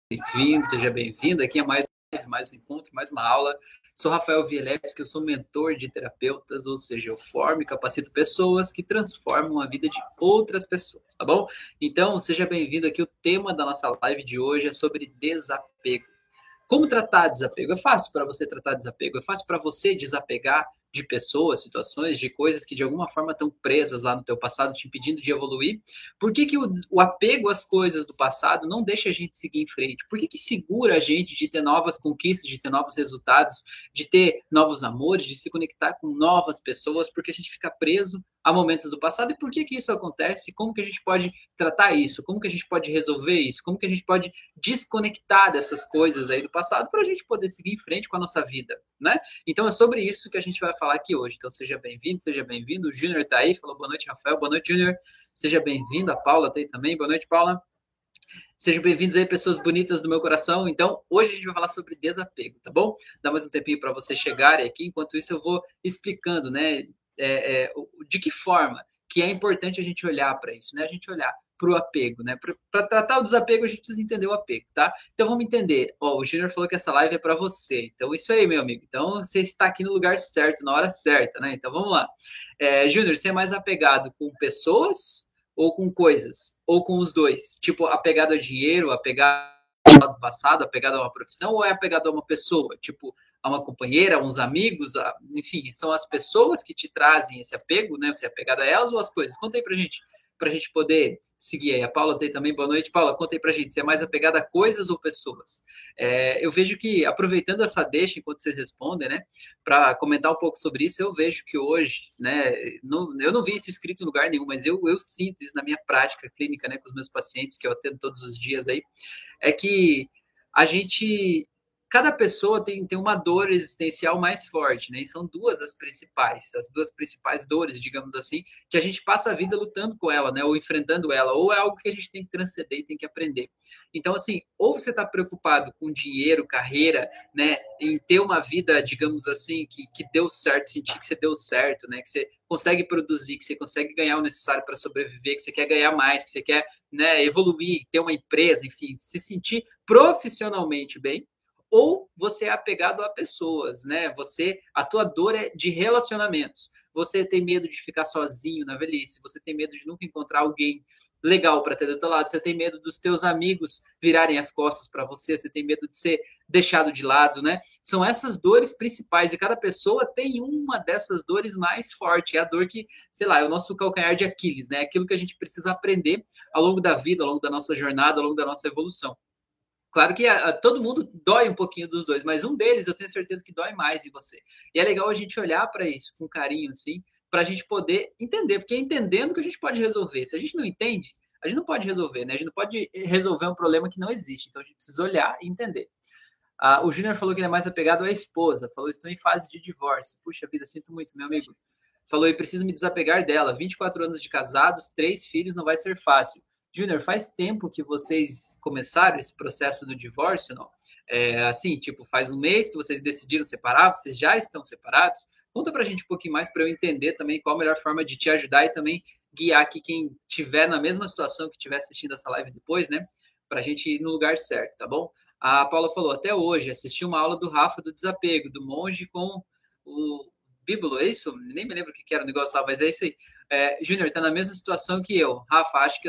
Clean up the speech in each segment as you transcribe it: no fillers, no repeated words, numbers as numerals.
Bem-vindo, seja bem-vindo. Aqui é mais um encontro, mais uma aula. Sou Rafael Vielewski, eu sou mentor de terapeutas, ou seja, eu formo e capacito pessoas que transformam a vida de outras pessoas, tá bom? Então, seja bem-vindo aqui. O tema da nossa live de hoje é sobre desapego. Como tratar desapego? É fácil para você tratar desapego? É fácil para você desapegar de pessoas, situações, de coisas que de alguma forma estão presas lá no teu passado, te impedindo de evoluir? Por que o apego às coisas do passado não deixa a gente seguir em frente? Por que segura a gente de ter novas conquistas, de ter novos resultados, de ter novos amores, de se conectar com novas pessoas? Porque a gente fica preso a momentos do passado. E por que isso acontece? Como que a gente pode tratar isso? Como que a gente pode resolver isso? Como que a gente pode desconectar dessas coisas aí do passado para a gente poder seguir em frente com a nossa vida, né? Então é sobre isso que a gente vai falar aqui hoje. Então seja bem-vindo, seja bem-vindo. O Júnior está aí, falou boa noite, Rafael. Boa noite, Júnior. Seja bem-vindo. A Paula está aí também. Boa noite, Paula. Sejam bem-vindos aí, pessoas bonitas do meu coração. Então, hoje a gente vai falar sobre desapego, tá bom? Dá mais um tempinho para vocês chegarem aqui. Enquanto isso, eu vou explicando, né, de que forma que é importante a gente olhar para isso, né? A gente olhar para o apego, né? Para tratar o desapego, a gente precisa entender o apego, tá? Então, vamos entender. Ó, o Júnior falou que essa live é para você. Então, isso aí, meu amigo. Então, você está aqui no lugar certo, na hora certa, né? Então, vamos lá. Júnior, você é mais apegado com pessoas ou com coisas, ou com os dois? Tipo, apegado a dinheiro, apegado ao passado, apegado a uma profissão, ou é apegado a uma pessoa? Tipo, a uma companheira, a uns amigos, enfim, são as pessoas que te trazem esse apego, né? Você é apegado a elas ou as coisas? Conta aí pra gente poder seguir aí. A Paula tem também, boa noite. Paula, conta aí pra gente, você é mais apegada a coisas ou pessoas? Eu vejo que, aproveitando essa deixa, enquanto vocês respondem, né, para comentar um pouco sobre isso, eu vejo que hoje, né, eu não vi isso escrito em lugar nenhum, mas eu sinto isso na minha prática clínica, né, com os meus pacientes, que eu atendo todos os dias aí, é que a gente, cada pessoa tem uma dor existencial mais forte, né? E são duas as duas principais dores, digamos assim, que a gente passa a vida lutando com ela, né? Ou enfrentando ela, ou é algo que a gente tem que transcender e tem que aprender. Então, assim, ou você está preocupado com dinheiro, carreira, né? Em ter uma vida, digamos assim, que deu certo, sentir que você deu certo, né? Que você consegue produzir, que você consegue ganhar o necessário para sobreviver, que você quer ganhar mais, que você quer, né, evoluir, ter uma empresa, enfim, se sentir profissionalmente bem, ou você é apegado a pessoas, né? A tua dor é de relacionamentos. Você tem medo de ficar sozinho na velhice, você tem medo de nunca encontrar alguém legal para ter do teu lado, você tem medo dos teus amigos virarem as costas para você, você tem medo de ser deixado de lado, né? São essas dores principais e cada pessoa tem uma dessas dores mais forte, é a dor que, sei lá, é o nosso calcanhar de Aquiles, né? Aquilo que a gente precisa aprender ao longo da vida, ao longo da nossa jornada, ao longo da nossa evolução. Claro que todo mundo dói um pouquinho dos dois, mas um deles eu tenho certeza que dói mais em você. E é legal a gente olhar para isso com carinho, assim, para a gente poder entender, porque é entendendo que a gente pode resolver. Se a gente não entende, a gente não pode resolver, né? A gente não pode resolver um problema que não existe. Então a gente precisa olhar e entender. O Júnior falou que ele é mais apegado à esposa. Falou, estou em fase de divórcio. Puxa vida, sinto muito, meu amigo. Falou, e preciso me desapegar dela. 24 anos de casados, 3 filhos, não vai ser fácil. Júnior, faz tempo que vocês começaram esse processo do divórcio, não? Assim, tipo, faz um mês que vocês decidiram separar, vocês já estão separados? Conta pra gente um pouquinho mais para eu entender também qual a melhor forma de te ajudar e também guiar aqui quem tiver na mesma situação que estiver assistindo essa live depois, né? Pra gente ir no lugar certo, tá bom? A Paula falou, até hoje, assisti uma aula do Rafa do desapego, do monge com o Bíblo, é isso? Nem me lembro o que era o negócio lá, mas é isso aí. Júnior, tá na mesma situação que eu. Rafa, acho que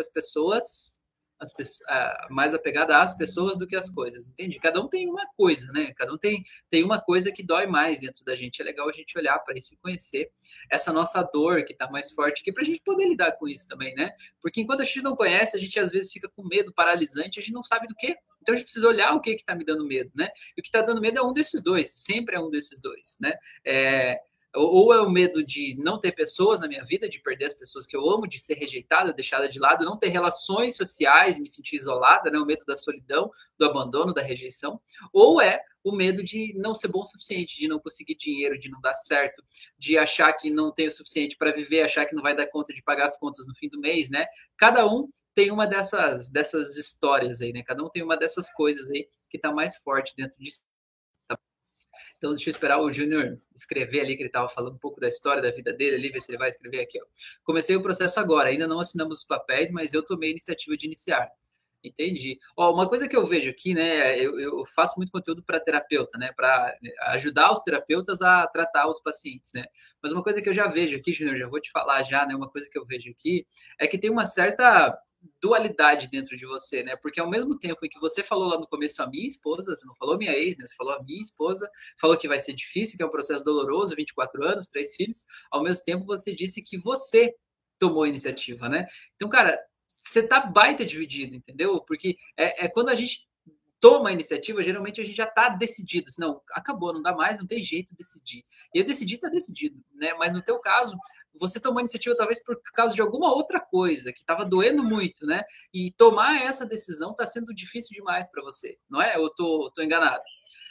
mais apegada às pessoas do que às coisas, entende? Cada um tem uma coisa, né? Cada um tem uma coisa que dói mais dentro da gente. É legal a gente olhar para isso e conhecer essa nossa dor que tá mais forte aqui, pra gente poder lidar com isso também, né? Porque enquanto a gente não conhece, a gente às vezes fica com medo paralisante, a gente não sabe do quê. Então a gente precisa olhar o que está me dando medo, né? E o que está dando medo é um desses dois, sempre é um desses dois, né? Ou é o medo de não ter pessoas na minha vida, de perder as pessoas que eu amo, de ser rejeitada, deixada de lado, não ter relações sociais, me sentir isolada, né? O medo da solidão, do abandono, da rejeição. Ou é o medo de não ser bom o suficiente, de não conseguir dinheiro, de não dar certo, de achar que não tem o suficiente para viver, achar que não vai dar conta de pagar as contas no fim do mês, né? Cada um tem uma dessas histórias aí, né? Cada um tem uma dessas coisas aí que está mais forte dentro de si. Então, deixa eu esperar o Júnior escrever ali, que ele estava falando um pouco da história da vida dele ali, ver se ele vai escrever aqui. Ó. Comecei o processo agora, ainda não assinamos os papéis, mas eu tomei a iniciativa de iniciar. Entendi. Ó, uma coisa que eu vejo aqui, né? Eu faço muito conteúdo para terapeuta, né? Para ajudar os terapeutas a tratar os pacientes, né? Mas uma coisa que eu já vejo aqui, Júnior, já vou te falar já, né? Uma coisa que eu vejo aqui é que tem uma certa dualidade dentro de você, né? Porque ao mesmo tempo em que você falou lá no começo a minha esposa, você não falou minha ex, né? Você falou a minha esposa, falou que vai ser difícil, que é um processo doloroso, 24 anos, 3 filhos. Ao mesmo tempo você disse que você tomou a iniciativa, né? Então, cara, você tá baita dividido, entendeu? Porque é quando a gente toma a iniciativa, geralmente a gente já tá decidido. Assim, não, acabou, não dá mais, não tem jeito de decidir. E eu decidi, tá decidido, né? Mas no teu caso, você tomou a iniciativa talvez por causa de alguma outra coisa que estava doendo muito, né? E tomar essa decisão está sendo difícil demais para você, não é? Eu tô enganado.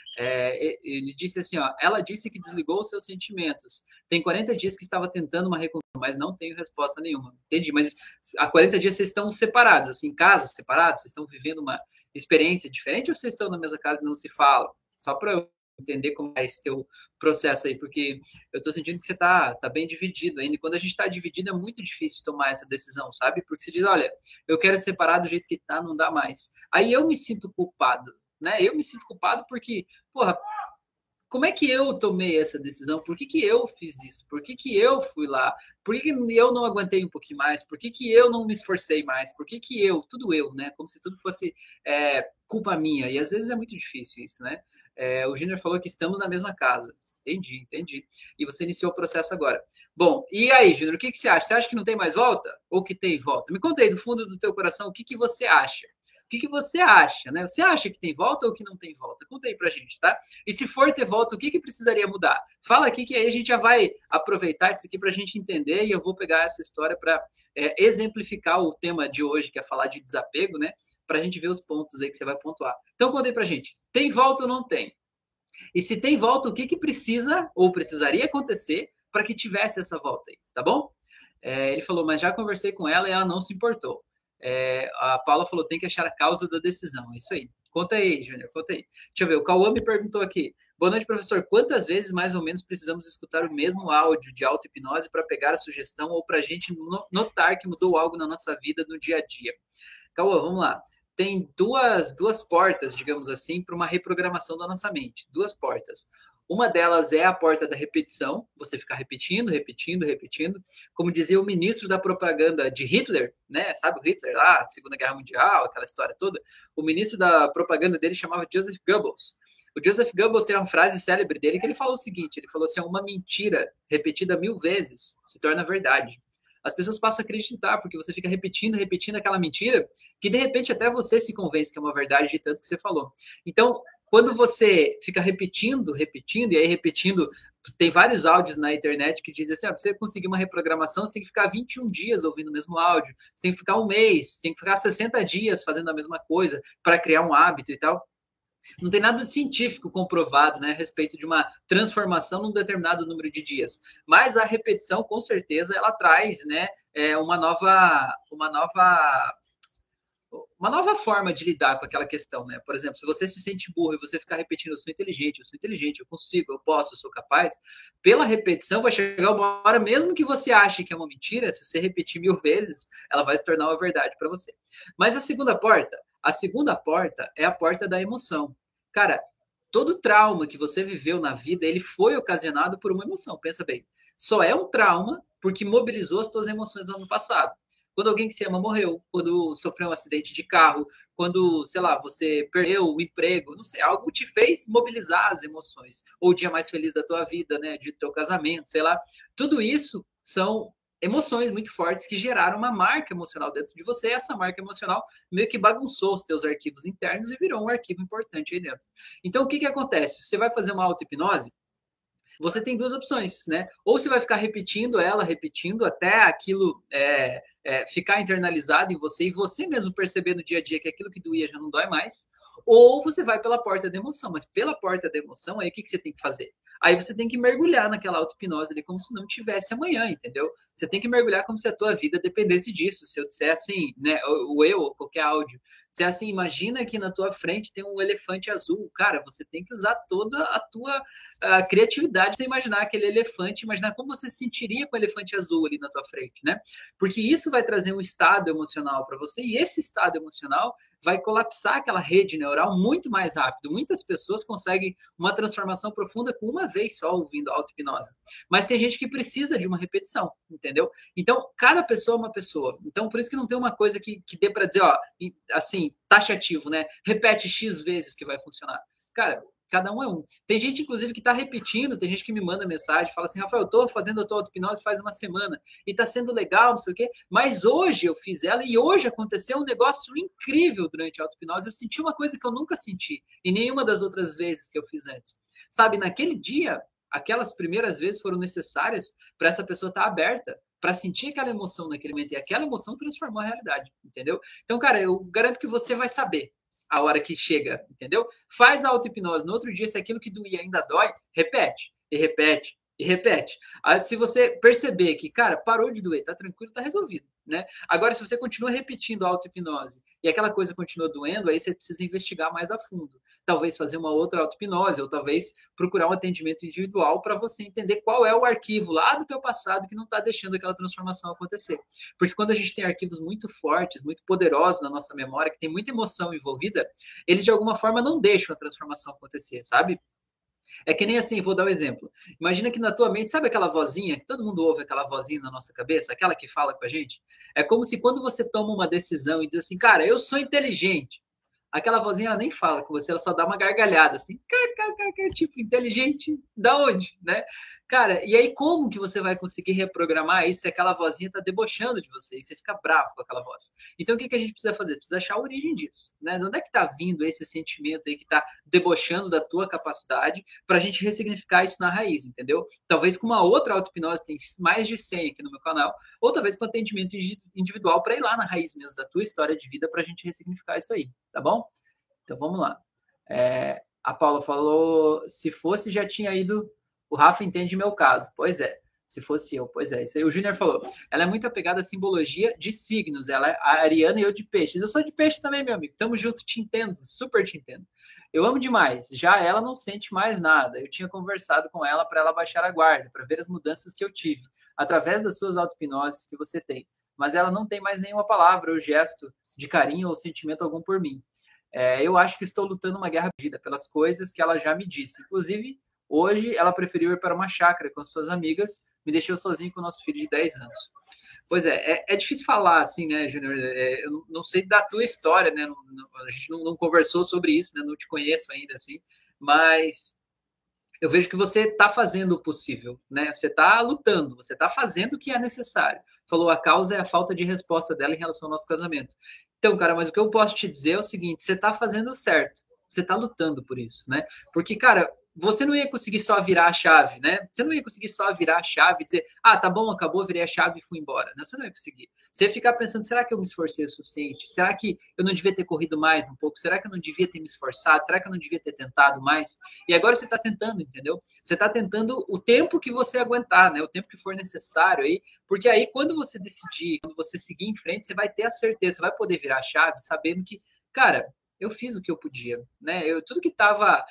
Ele disse assim, ó, ela disse que desligou os seus sentimentos. Tem 40 dias que estava tentando uma reconciliação, mas não tenho resposta nenhuma. Entendi, mas há 40 dias vocês estão separados, assim, em casas separadas? Vocês estão vivendo uma experiência diferente ou vocês estão na mesma casa e não se falam? Só para eu entender como é esse teu processo aí, porque eu estou sentindo que você tá bem dividido ainda. E quando a gente está dividido é muito difícil tomar essa decisão, sabe? Porque você diz, olha, eu quero separar do jeito que tá, não dá mais. Aí eu me sinto culpado, né? Eu me sinto culpado porque, porra, como é que eu tomei essa decisão? Por que que eu fiz isso? Por que que eu fui lá? Por que que eu não aguentei um pouquinho mais? Por que que eu não me esforcei mais? Por que que tudo eu, né? Como se tudo fosse culpa minha. E às vezes é muito difícil isso, né? O Júnior falou que estamos na mesma casa. Entendi, entendi. E você iniciou o processo agora. Bom, e aí, Júnior, o que que você acha? Você acha que não tem mais volta? Ou que tem volta? Me conta aí do fundo do teu coração o que que você acha. O que que você acha, né? Você acha que tem volta ou que não tem volta? Conta aí pra gente, tá? E se for ter volta, o que que precisaria mudar? Fala aqui que aí a gente já vai aproveitar isso aqui pra gente entender e eu vou pegar essa história para exemplificar o tema de hoje, que é falar de desapego, né? Pra gente ver os pontos aí que você vai pontuar. Então conta aí pra gente. Tem volta ou não tem? E se tem volta, o que que precisa ou precisaria acontecer para que tivesse essa volta aí, tá bom? Ele falou, mas já conversei com ela e ela não se importou. A Paula falou, tem que achar a causa da decisão. É isso aí. Conta aí, Júnior, conta aí. Deixa eu ver, o Cauã me perguntou aqui. Boa noite, professor. Quantas vezes, mais ou menos, precisamos escutar o mesmo áudio de auto-hipnose para pegar a sugestão ou para a gente notar que mudou algo na nossa vida no dia a dia? Cauã, vamos lá. Tem duas portas, digamos assim, para uma reprogramação da nossa mente. Duas portas. Uma delas é a porta da repetição, você ficar repetindo, repetindo, repetindo. Como dizia o ministro da propaganda de Hitler, né? Sabe o Hitler lá, Segunda Guerra Mundial, aquela história toda? O ministro da propaganda dele chamava Joseph Goebbels. O Joseph Goebbels tem uma frase célebre dele que ele falou o seguinte: ele falou assim, uma mentira repetida 1000 vezes se torna verdade. As pessoas passam a acreditar, porque você fica repetindo, repetindo aquela mentira, que de repente até você se convence que é uma verdade de tanto que você falou. Então, quando você fica repetindo, repetindo, e aí repetindo, tem vários áudios na internet que dizem assim, para você conseguir uma reprogramação, você tem que ficar 21 dias ouvindo o mesmo áudio, você tem que ficar um mês, você tem que ficar 60 dias fazendo a mesma coisa para criar um hábito e tal. Não tem nada científico comprovado, né, a respeito de uma transformação num determinado número de dias. Mas a repetição, com certeza, ela traz, né, uma nova forma de lidar com aquela questão, né? Por exemplo, se você se sente burro e você ficar repetindo, eu sou inteligente, eu consigo, eu posso, eu sou capaz, pela repetição vai chegar uma hora, mesmo que você ache que é uma mentira, se você repetir 1000 vezes, ela vai se tornar uma verdade para você. Mas a segunda porta é a porta da emoção. Cara, todo trauma que você viveu na vida, ele foi ocasionado por uma emoção, pensa bem. Só é um trauma porque mobilizou as suas emoções no ano passado. Quando alguém que se ama morreu, quando sofreu um acidente de carro, quando, sei lá, você perdeu o emprego, não sei, algo te fez mobilizar as emoções. Ou o dia mais feliz da tua vida, né, de teu casamento, sei lá. Tudo isso são emoções muito fortes que geraram uma marca emocional dentro de você. E essa marca emocional meio que bagunçou os teus arquivos internos e virou um arquivo importante aí dentro. Então, o que que acontece? Você vai fazer uma auto-hipnose, você tem duas opções, né? Ou você vai ficar repetindo ela, repetindo até aquilo ficar internalizado em você e você mesmo perceber no dia a dia que aquilo que doía já não dói mais. Ou você vai pela porta da emoção, mas pela porta da emoção, aí o que que você tem que fazer? Aí você tem que mergulhar naquela auto-hipnose ali como se não tivesse amanhã, entendeu? Você tem que mergulhar como se a tua vida dependesse disso. Se eu disser assim, né, ou qualquer áudio, se é assim, imagina que na tua frente tem um elefante azul. Cara, você tem que usar toda a tua criatividade para imaginar aquele elefante, imaginar como você se sentiria com o elefante azul ali na tua frente, né? Porque isso vai trazer um estado emocional para você e esse estado emocional vai colapsar aquela rede neural muito mais rápido. Muitas pessoas conseguem uma transformação profunda com uma vez só ouvindo auto-hipnose. Mas tem gente que precisa de uma repetição, entendeu? Então, cada pessoa é uma pessoa. Então, por isso que não tem uma coisa que dê para dizer, ó, assim, taxativo, né? Repete X vezes que vai funcionar. Cara, cada um é um. Tem gente, inclusive, que está repetindo, tem gente que me manda mensagem, fala assim, Rafael, eu estou fazendo a tua auto-hipnose faz uma semana e está sendo legal, não sei o quê, mas hoje eu fiz ela e hoje aconteceu um negócio incrível durante a auto-hipnose. Eu senti uma coisa que eu nunca senti em nenhuma das outras vezes que eu fiz antes. Sabe, naquele dia, aquelas primeiras vezes foram necessárias para essa pessoa estar aberta, para sentir aquela emoção naquele momento, e aquela emoção transformou a realidade, entendeu? Então, cara, eu garanto que você vai saber a hora que chega, entendeu? Faz a auto-hipnose. No outro dia, se aquilo que doía ainda dói, repete, e repete, e repete. Aí, se você perceber que, cara, parou de doer, tá tranquilo, tá resolvido, né? Agora, se você continua repetindo a auto-hipnose e aquela coisa continua doendo, aí você precisa investigar mais a fundo. Talvez fazer uma outra auto-hipnose, ou talvez procurar um atendimento individual para você entender qual é o arquivo lá do teu passado que não está deixando aquela transformação acontecer. Porque quando a gente tem arquivos muito fortes, muito poderosos na nossa memória, que tem muita emoção envolvida, eles de alguma forma não deixam a transformação acontecer, sabe? É que nem assim, vou dar um exemplo. Imagina que na tua mente, sabe aquela vozinha, que todo mundo ouve aquela vozinha na nossa cabeça, aquela que fala com a gente? É como se quando você toma uma decisão e diz assim, cara, eu sou inteligente. Aquela vozinha, ela nem fala com você, ela só dá uma gargalhada, assim, tipo, inteligente, da onde, né? Cara, e aí como que você vai conseguir reprogramar isso se aquela vozinha tá debochando de você e você fica bravo com aquela voz? Então, o que a gente precisa fazer? Precisa achar a origem disso, né? De onde é que tá vindo esse sentimento aí que tá debochando da tua capacidade para a gente ressignificar isso na raiz, entendeu? Talvez com uma outra auto-hipnose, tem mais de 100 aqui no meu canal, ou talvez com atendimento individual para ir lá na raiz mesmo da tua história de vida para a gente ressignificar isso aí, tá bom? Então vamos lá. A Paula falou, se fosse já tinha ido, o Rafa entende meu caso. Pois é, se fosse eu, pois é. Isso aí o Júnior falou, ela é muito apegada à simbologia de signos, ela é a Ariana e eu de peixes. Eu sou de peixe também, meu amigo, tamo junto, te entendo, super te entendo. Eu amo demais, já ela não sente mais nada. Eu tinha conversado com ela para ela baixar a guarda, para ver as mudanças que eu tive, através das suas auto-hipnoses que você tem. Mas ela não tem mais nenhuma palavra ou gesto de carinho ou sentimento algum por mim. Eu acho que estou lutando uma guerra perdida pelas coisas que ela já me disse. Inclusive, hoje ela preferiu ir para uma chácara com suas amigas, me deixou sozinho com o nosso filho de 10 anos. Pois é difícil falar assim, né, Júnior? Eu não sei da tua história, né? A gente não conversou sobre isso, né? Não te conheço ainda, assim, mas eu vejo que você está fazendo o possível, né? Você está lutando, você está fazendo o que é necessário. Falou, a causa é a falta de resposta dela em relação ao nosso casamento. Então, cara, mas o que eu posso te dizer é o seguinte: você está fazendo certo, você está lutando por isso, né? Porque, cara, você não ia conseguir só virar a chave, né? Você não ia conseguir só virar a chave e dizer, ah, tá bom, acabou, virei a chave e fui embora. Não, você não ia conseguir. Você ia ficar pensando, será que eu me esforcei o suficiente? Será que eu não devia ter corrido mais um pouco? Será que eu não devia ter me esforçado? Será que eu não devia ter tentado mais? E agora você está tentando, entendeu? Você está tentando o tempo que você aguentar, né? O tempo que for necessário aí, porque aí quando você decidir, quando você seguir em frente, você vai ter a certeza, você vai poder virar a chave sabendo que, cara, eu fiz o que eu podia, né? Tudo que estava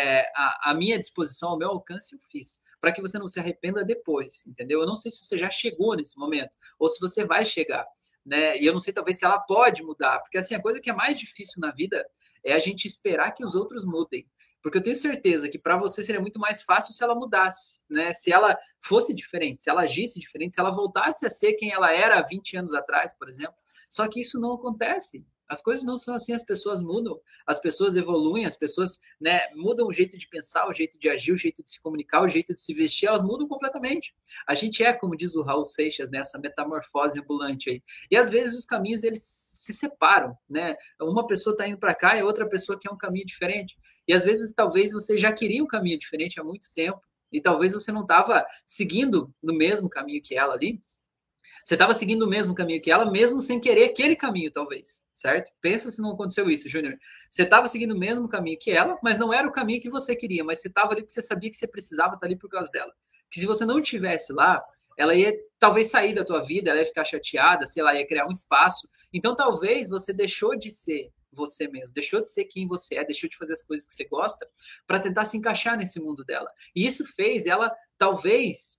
à minha disposição, ao meu alcance, eu fiz, para que você não se arrependa depois, entendeu? Eu não sei se você já chegou nesse momento ou se você vai chegar, né? E eu não sei talvez se ela pode mudar, porque assim a coisa que é mais difícil na vida é a gente esperar que os outros mudem. Porque eu tenho certeza que para você seria muito mais fácil se ela mudasse, né? Se ela fosse diferente, se ela agisse diferente, se ela voltasse a ser quem ela era há 20 anos atrás, por exemplo. Só que isso não acontece. As coisas não são assim, as pessoas mudam, as pessoas evoluem, as pessoas, né, mudam o jeito de pensar, o jeito de agir, o jeito de se comunicar, o jeito de se vestir, elas mudam completamente. A gente como diz o Raul Seixas, né, essa metamorfose ambulante aí. E às vezes os caminhos eles se separam, né? Uma pessoa está indo para cá e outra pessoa quer um caminho diferente. E às vezes talvez você já queria um caminho diferente há muito tempo e talvez você não estava seguindo no mesmo caminho que ela ali. Você estava seguindo o mesmo caminho que ela, mesmo sem querer aquele caminho, talvez, certo? Pensa se não aconteceu isso, Júnior. Você estava seguindo o mesmo caminho que ela, mas não era o caminho que você queria, mas você estava ali porque você sabia que você precisava estar ali por causa dela. Que se você não estivesse lá, ela ia talvez sair da tua vida, ela ia ficar chateada, sei lá, ia criar um espaço. Então talvez você deixou de ser você mesmo, deixou de ser quem você é, deixou de fazer as coisas que você gosta para tentar se encaixar nesse mundo dela. E isso fez ela, talvez,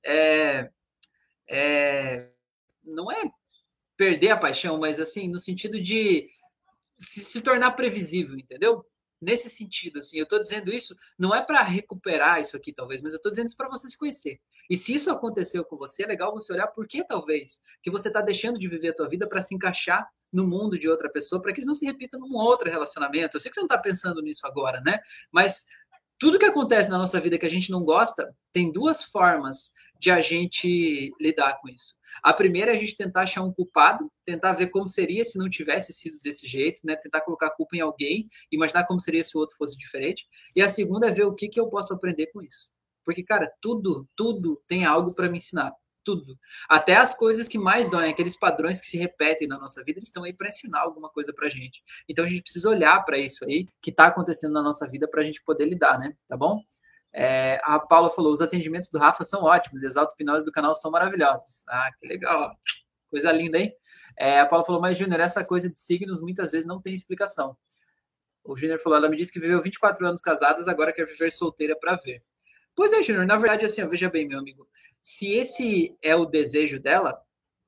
não é perder a paixão, mas assim, no sentido de se tornar previsível, entendeu? Nesse sentido, assim, eu tô dizendo isso não é para recuperar isso aqui, talvez, mas eu tô dizendo isso para você se conhecer. E se isso aconteceu com você, é legal você olhar por que talvez que você tá deixando de viver a tua vida para se encaixar no mundo de outra pessoa, para que isso não se repita num outro relacionamento. Eu sei que você não tá pensando nisso agora, né? Mas tudo que acontece na nossa vida que a gente não gosta, tem duas formas de a gente lidar com isso. A primeira é a gente tentar achar um culpado, tentar ver como seria se não tivesse sido desse jeito, né? Tentar colocar a culpa em alguém, imaginar como seria se o outro fosse diferente. E a segunda é ver o que, que eu posso aprender com isso. Porque, cara, tudo tem algo para me ensinar. Tudo. Até as coisas que mais doem, aqueles padrões que se repetem na nossa vida, eles estão aí para ensinar alguma coisa para gente. Então a gente precisa olhar para isso aí que está acontecendo na nossa vida para a gente poder lidar, né? Tá bom? A Paula falou: os atendimentos do Rafa são ótimos e as auto-hipnoses do canal são maravilhosas. Ah, que legal. Coisa linda, hein? A Paula falou: mas, Júnior, essa coisa de signos muitas vezes não tem explicação. O Júnior falou: ela me disse que viveu 24 anos casadas, agora quer viver solteira para ver. Pois é, Júnior, na verdade, assim, ó, veja bem, meu amigo. Se esse é o desejo dela,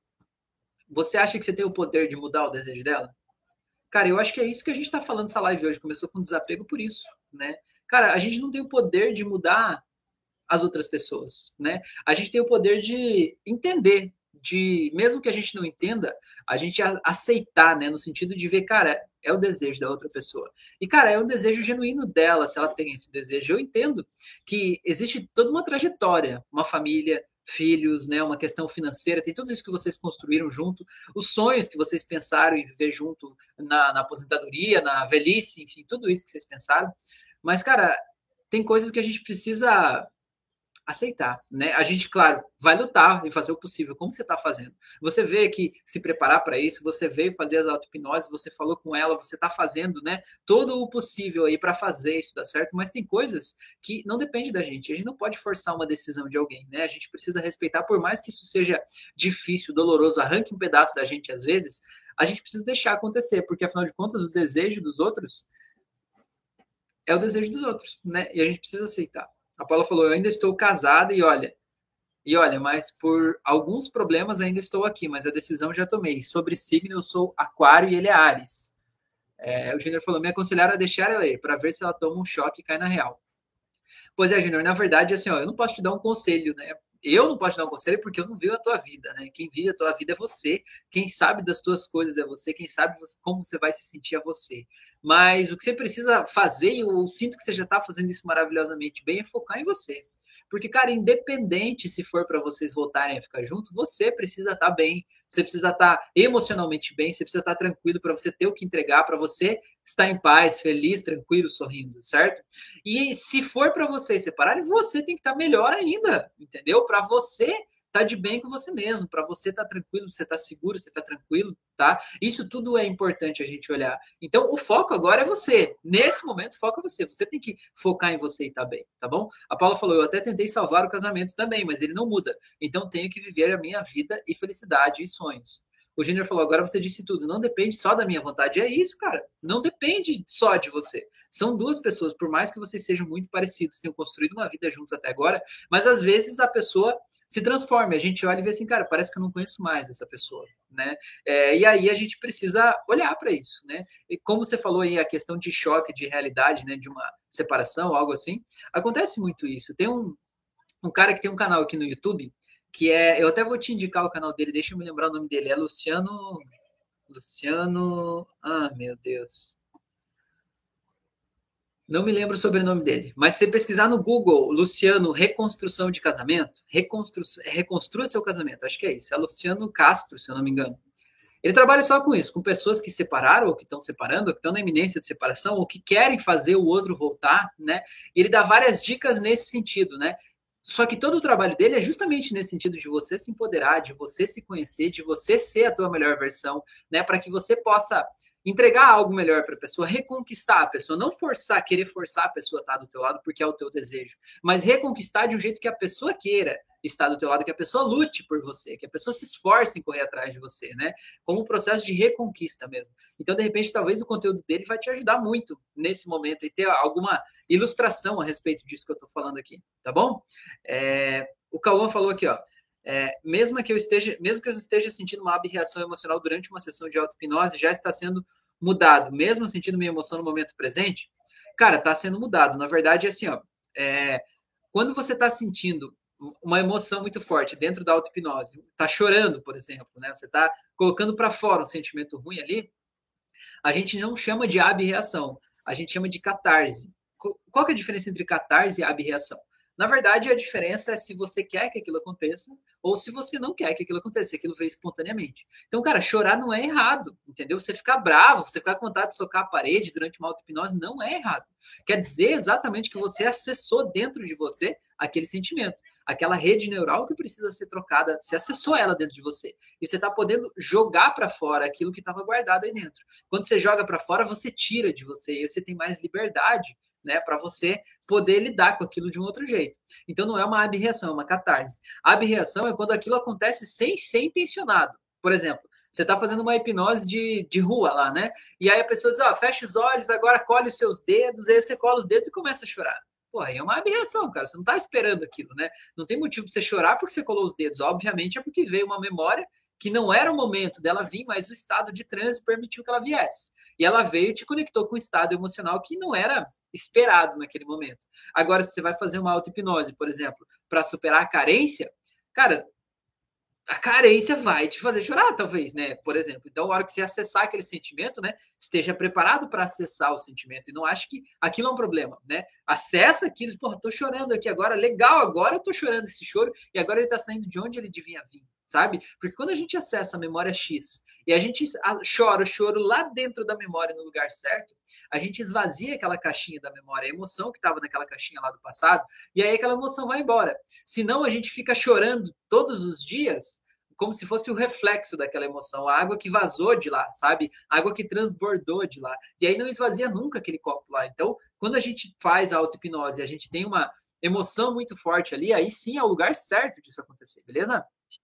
você acha que você tem o poder de mudar o desejo dela? Cara, eu acho que é isso que a gente está falando nessa live hoje. Começou com desapego por isso, né? Cara, a gente não tem o poder de mudar as outras pessoas, né? A gente tem o poder de entender, de mesmo que a gente não entenda, a gente aceitar, né? No sentido de ver, cara, é o desejo da outra pessoa. E, cara, é um desejo genuíno dela, se ela tem esse desejo. Eu entendo que existe toda uma trajetória, uma família, filhos, né, uma questão financeira, tem tudo isso que vocês construíram junto, os sonhos que vocês pensaram em viver junto na aposentadoria, na velhice, enfim, tudo isso que vocês pensaram. Mas, cara, tem coisas que a gente precisa aceitar, né? A gente, claro, vai lutar e fazer o possível, como você está fazendo. Você veio aqui se preparar para isso, você veio fazer as auto-hipnoses, você falou com ela, você está fazendo, né? Todo o possível aí para fazer isso dar certo, mas tem coisas que não depende da gente. A gente não pode forçar uma decisão de alguém, né? A gente precisa respeitar, por mais que isso seja difícil, doloroso, arranque um pedaço da gente às vezes, a gente precisa deixar acontecer, porque afinal de contas o desejo dos outros é o desejo dos outros, né? E a gente precisa aceitar. A Paula falou: eu ainda estou casada e olha, mas por alguns problemas ainda estou aqui, mas a decisão já tomei. Sobre signo, eu sou Aquário e ele é Ares. O Júnior falou: me aconselharam a deixar ela ir, para ver se ela toma um choque e cai na real. Pois é, Júnior, na verdade, assim, ó, eu não posso te dar um conselho, né? Eu não posso te dar um conselho porque eu não vivo a tua vida, né? Quem vive a tua vida é você. Quem sabe das tuas coisas é você. Quem sabe como você vai se sentir é você. Mas o que você precisa fazer, e eu sinto que você já está fazendo isso maravilhosamente bem, é focar em você. Porque, cara, independente se for para vocês voltarem a ficar juntos, você precisa estar bem, você precisa estar emocionalmente bem, você precisa estar tranquilo para você ter o que entregar, para você estar em paz, feliz, tranquilo, sorrindo, certo? E se for para vocês separarem, você tem que estar melhor ainda, entendeu? Para você estar de bem com você mesmo, para você estar tranquilo, você estar seguro, você estar tranquilo, tá? Isso tudo é importante a gente olhar. Então, o foco agora é você. Nesse momento, o foco é você. Você tem que focar em você e estar bem, tá bom? A Paula falou: eu até tentei salvar o casamento também, mas ele não muda. Então, tenho que viver a minha vida e felicidade e sonhos. O Júnior falou: agora você disse tudo, não depende só da minha vontade. É isso, cara. Não depende só de você. São duas pessoas, por mais que vocês sejam muito parecidos, tenham construído uma vida juntos até agora, mas às vezes a pessoa se transforma. A gente olha e vê assim, cara, parece que eu não conheço mais essa pessoa, né? E aí a gente precisa olhar para isso, né? E como você falou aí, a questão de choque de realidade, né? De uma separação, algo assim, acontece muito isso. Tem um cara que tem um canal aqui no YouTube que eu até vou te indicar o canal dele, deixa eu me lembrar o nome dele, é Luciano, meu Deus. Não me lembro o sobrenome dele, mas se você pesquisar no Google, Luciano Reconstrução de Casamento, reconstrua seu casamento, acho que é isso, é Luciano Castro, se eu não me engano. Ele trabalha só com isso, com pessoas que separaram, ou que estão separando, ou que estão na iminência de separação, ou que querem fazer o outro voltar, né? E ele dá várias dicas nesse sentido, né? Só que todo o trabalho dele é justamente nesse sentido de você se empoderar, de você se conhecer, de você ser a tua melhor versão, né? Para que você possa entregar algo melhor para a pessoa, reconquistar a pessoa, não forçar, querer forçar a pessoa a estar do teu lado porque é o teu desejo, mas reconquistar de um jeito que a pessoa queira estar do teu lado, que a pessoa lute por você, que a pessoa se esforce em correr atrás de você, né? Como um processo de reconquista mesmo. Então, de repente, talvez o conteúdo dele vai te ajudar muito nesse momento e ter alguma ilustração a respeito disso que eu estou falando aqui, tá bom? O Cauã falou aqui, ó. Mesmo que eu esteja sentindo uma abreação emocional durante uma sessão de auto-hipnose, já está sendo mudado, mesmo sentindo minha emoção no momento presente, cara, tá sendo mudado. Na verdade, é assim, ó, quando você está sentindo uma emoção muito forte dentro da auto-hipnose, tá chorando, por exemplo, né? Você está colocando para fora um sentimento ruim ali, a gente não chama de abreação, a gente chama de catarse. Qual que é a diferença entre catarse e abreação? Na verdade, a diferença é se você quer que aquilo aconteça ou se você não quer que aquilo aconteça, se aquilo veio espontaneamente. Então, cara, chorar não é errado, entendeu? Você ficar bravo, você ficar com vontade de socar a parede durante uma auto-hipnose não é errado. Quer dizer exatamente que você acessou dentro de você aquele sentimento. Aquela rede neural que precisa ser trocada, você acessou ela dentro de você. E você está podendo jogar para fora aquilo que estava guardado aí dentro. Quando você joga para fora, você tira de você e você tem mais liberdade, né, para você poder lidar com aquilo de um outro jeito. Então não é uma abreação, é uma catarse. A abreação é quando aquilo acontece sem ser intencionado. Por exemplo, você está fazendo uma hipnose de rua lá, né? E aí a pessoa diz, ó, fecha os olhos, agora colhe os seus dedos, aí você cola os dedos e começa a chorar. Pô, aí é uma abreação, cara. Você não está esperando aquilo, né? Não tem motivo para você chorar porque você colou os dedos. Obviamente é porque veio uma memória que não era o momento dela vir, mas o estado de transe permitiu que ela viesse. E ela veio e te conectou com um estado emocional que não era esperado naquele momento. Agora, se você vai fazer uma auto-hipnose, por exemplo, para superar a carência, cara, a carência vai te fazer chorar, talvez, né? Por exemplo. Então, a hora que você acessar aquele sentimento, né? Esteja preparado para acessar o sentimento. E não ache que aquilo é um problema, né? Acessa aquilo, porra, tô chorando aqui agora, legal, agora eu tô chorando esse choro, e agora ele tá saindo de onde ele devia vir, sabe? Porque quando a gente acessa a memória X e a gente chora o choro lá dentro da memória, no lugar certo, a gente esvazia aquela caixinha da memória, a emoção que estava naquela caixinha lá do passado, e aí aquela emoção vai embora. Senão a gente fica chorando todos os dias, como se fosse o reflexo daquela emoção, a água que vazou de lá, sabe? A água que transbordou de lá. E aí não esvazia nunca aquele copo lá. Então, quando a gente faz a auto-hipnose e a gente tem uma emoção muito forte ali, aí sim é o lugar certo disso acontecer, beleza?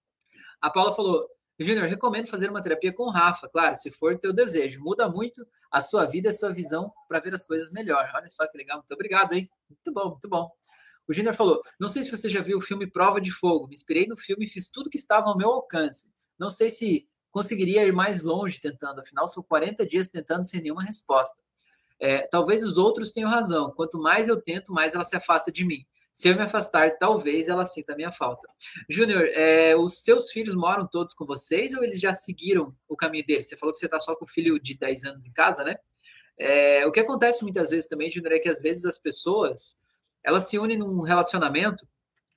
A Paula falou, Júnior, recomendo fazer uma terapia com o Rafa, claro, se for teu desejo. Muda muito a sua vida e a sua visão para ver as coisas melhor. Olha só que legal, muito obrigado, hein? Muito bom, muito bom. O Júnior falou, não sei se você já viu o filme Prova de Fogo. Me inspirei no filme e fiz tudo que estava ao meu alcance. Não sei se conseguiria ir mais longe tentando, afinal são 40 dias tentando sem nenhuma resposta. Talvez os outros tenham razão. Quanto mais eu tento, mais ela se afasta de mim. Se eu me afastar, talvez ela sinta a minha falta. Júnior, os seus filhos moram todos com vocês ou eles já seguiram o caminho deles? Você falou que você está só com o filho de 10 anos em casa, né? O que acontece muitas vezes também, Júnior, é que às vezes as pessoas elas se unem num relacionamento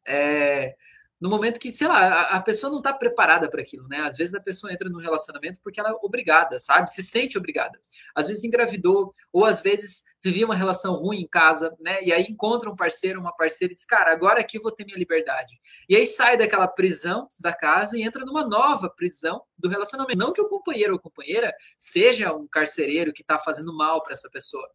no momento que, sei lá, a pessoa não está preparada para aquilo, né? Às vezes a pessoa entra num relacionamento porque ela é obrigada, sabe? Se sente obrigada. Às vezes engravidou, ou às vezes vivia uma relação ruim em casa, né? E aí encontra um parceiro, uma parceira e diz, cara, agora aqui eu vou ter minha liberdade. E aí sai daquela prisão da casa e entra numa nova prisão do relacionamento. Não que o companheiro ou companheira seja um carcereiro que está fazendo mal para essa pessoa.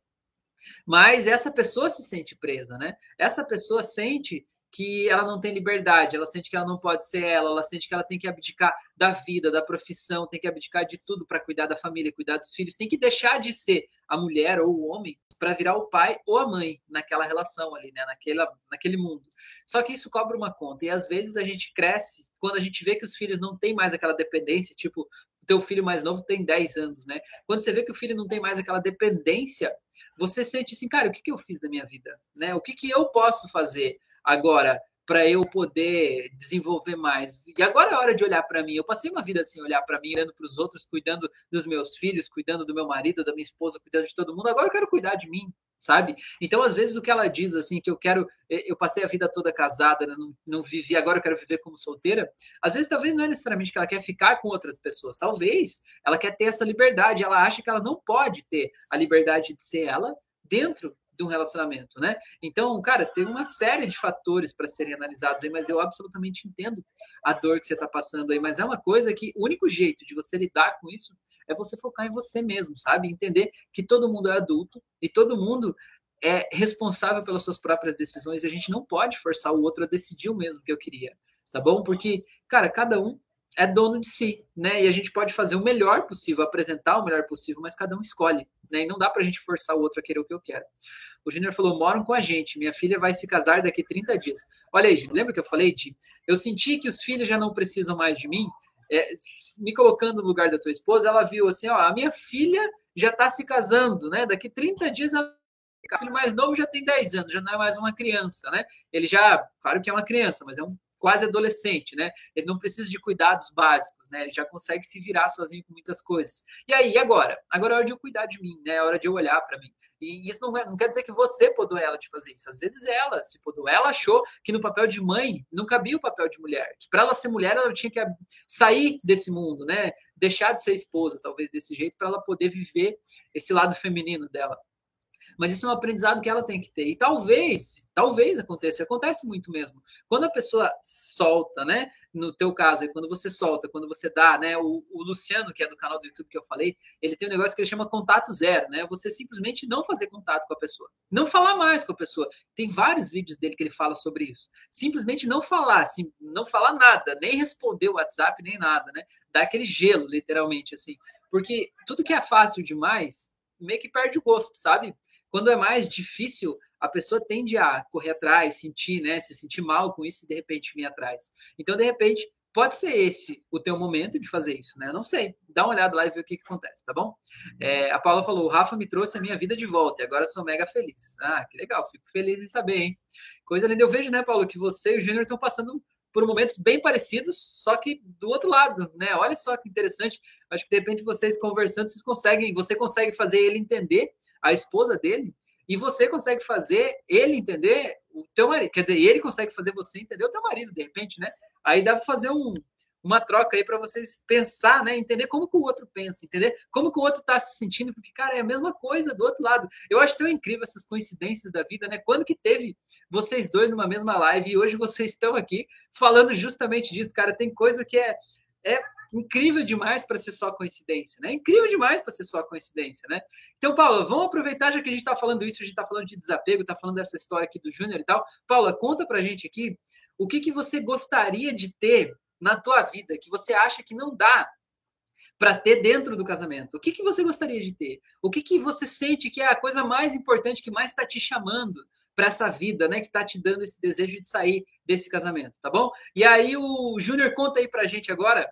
Mas essa pessoa se sente presa, né? Essa pessoa sente que ela não tem liberdade, ela sente que ela não pode ser ela sente que ela tem que abdicar da vida, da profissão, tem que abdicar de tudo para cuidar da família, cuidar dos filhos, tem que deixar de ser a mulher ou o homem para virar o pai ou a mãe naquela relação ali, né? naquele mundo. Só que isso cobra uma conta e às vezes a gente cresce quando a gente vê que os filhos não têm mais aquela dependência, tipo, o teu filho mais novo tem 10 anos, né? Quando você vê que o filho não tem mais aquela dependência, você sente assim, cara, o que eu fiz da minha vida? Né? O que eu posso fazer agora para eu poder desenvolver mais? E agora é hora de olhar para mim. Eu passei uma vida assim, olhar para mim, olhando para os outros, cuidando dos meus filhos, cuidando do meu marido, da minha esposa, cuidando de todo mundo. Agora eu quero cuidar de mim, sabe? Então, às vezes, o que ela diz, assim, que eu passei a vida toda casada, né? Não vivi, agora eu quero viver como solteira, às vezes, talvez não é necessariamente que ela quer ficar com outras pessoas, talvez ela quer ter essa liberdade, ela acha que ela não pode ter a liberdade de ser ela dentro de um relacionamento, né? Então, cara, tem uma série de fatores para serem analisados aí, mas eu absolutamente entendo a dor que você está passando aí, mas é uma coisa que o único jeito de você lidar com isso é você focar em você mesmo, sabe? Entender que todo mundo é adulto e todo mundo é responsável pelas suas próprias decisões e a gente não pode forçar o outro a decidir o mesmo que eu queria, tá bom? Porque, cara, cada um é dono de si, né? E a gente pode fazer o melhor possível, apresentar o melhor possível, mas cada um escolhe, né? E não dá pra gente forçar o outro a querer o que eu quero. O Júnior falou, moram com a gente, minha filha vai se casar daqui 30 dias. Olha aí, Júnior, lembra que eu falei, Ti? Eu senti que os filhos já não precisam mais de mim, me colocando no lugar da tua esposa, ela viu assim, ó, a minha filha já está se casando, né? Daqui 30 dias ela... O filho mais novo já tem 10 anos, já não é mais uma criança, né? Ele já, claro que é uma criança, mas é um quase adolescente, né? Ele não precisa de cuidados básicos, né? Ele já consegue se virar sozinho com muitas coisas. E aí, agora? Agora é hora de eu cuidar de mim, né? É hora de eu olhar para mim. E isso não quer dizer que você podou ela de fazer isso. Às vezes ela se podou. Ela achou que no papel de mãe não cabia o papel de mulher. Que para ela ser mulher, ela tinha que sair desse mundo, né? Deixar de ser esposa, talvez desse jeito, para ela poder viver esse lado feminino dela. Mas isso é um aprendizado que ela tem que ter. E talvez aconteça, acontece muito mesmo. Quando a pessoa solta, né? No teu caso, quando você solta, quando você dá, né? O Luciano, que é do canal do YouTube que eu falei, ele tem um negócio que ele chama contato zero, né? Você simplesmente não fazer contato com a pessoa. Não falar mais com a pessoa. Tem vários vídeos dele que ele fala sobre isso. Simplesmente não falar, assim, não falar nada, nem responder o WhatsApp, nem nada, né? Dá aquele gelo, literalmente, assim. Porque tudo que é fácil demais, meio que perde o gosto, sabe? Quando é mais difícil, a pessoa tende a correr atrás, sentir, né, se sentir mal com isso e de repente vir atrás. Então, de repente, pode ser esse o teu momento de fazer isso, né? Eu não sei. Dá uma olhada lá e vê o que acontece, tá bom? A Paula falou: o Rafa me trouxe a minha vida de volta e agora sou mega feliz. Ah, que legal, fico feliz em saber, hein? Coisa linda. Eu vejo, né, Paulo, que você e o Júnior estão passando por momentos bem parecidos, só que do outro lado, né? Olha só que interessante. Acho que de repente vocês conversando, você consegue fazer ele entender a esposa dele, e você consegue fazer ele entender o teu marido. Quer dizer, ele consegue fazer você entender o teu marido, de repente, né? Aí dá para fazer uma troca aí para vocês pensar, né? Entender como que o outro pensa, entender como que o outro está se sentindo, porque, cara, é a mesma coisa do outro lado. Eu acho tão incrível essas coincidências da vida, né? Quando que teve vocês dois numa mesma live e hoje vocês estão aqui falando justamente disso, cara? Tem coisa que é incrível demais para ser só coincidência, né? Incrível demais para ser só coincidência, né? Então, Paula, vamos aproveitar, já que a gente está falando isso, a gente está falando de desapego, está falando dessa história aqui do Júnior e tal. Paula, conta pra gente aqui o que você gostaria de ter na tua vida, que você acha que não dá para ter dentro do casamento. O que você gostaria de ter? O que você sente que é a coisa mais importante, que mais está te chamando para essa vida, né? Que está te dando esse desejo de sair desse casamento, tá bom? E aí o Júnior conta aí pra gente agora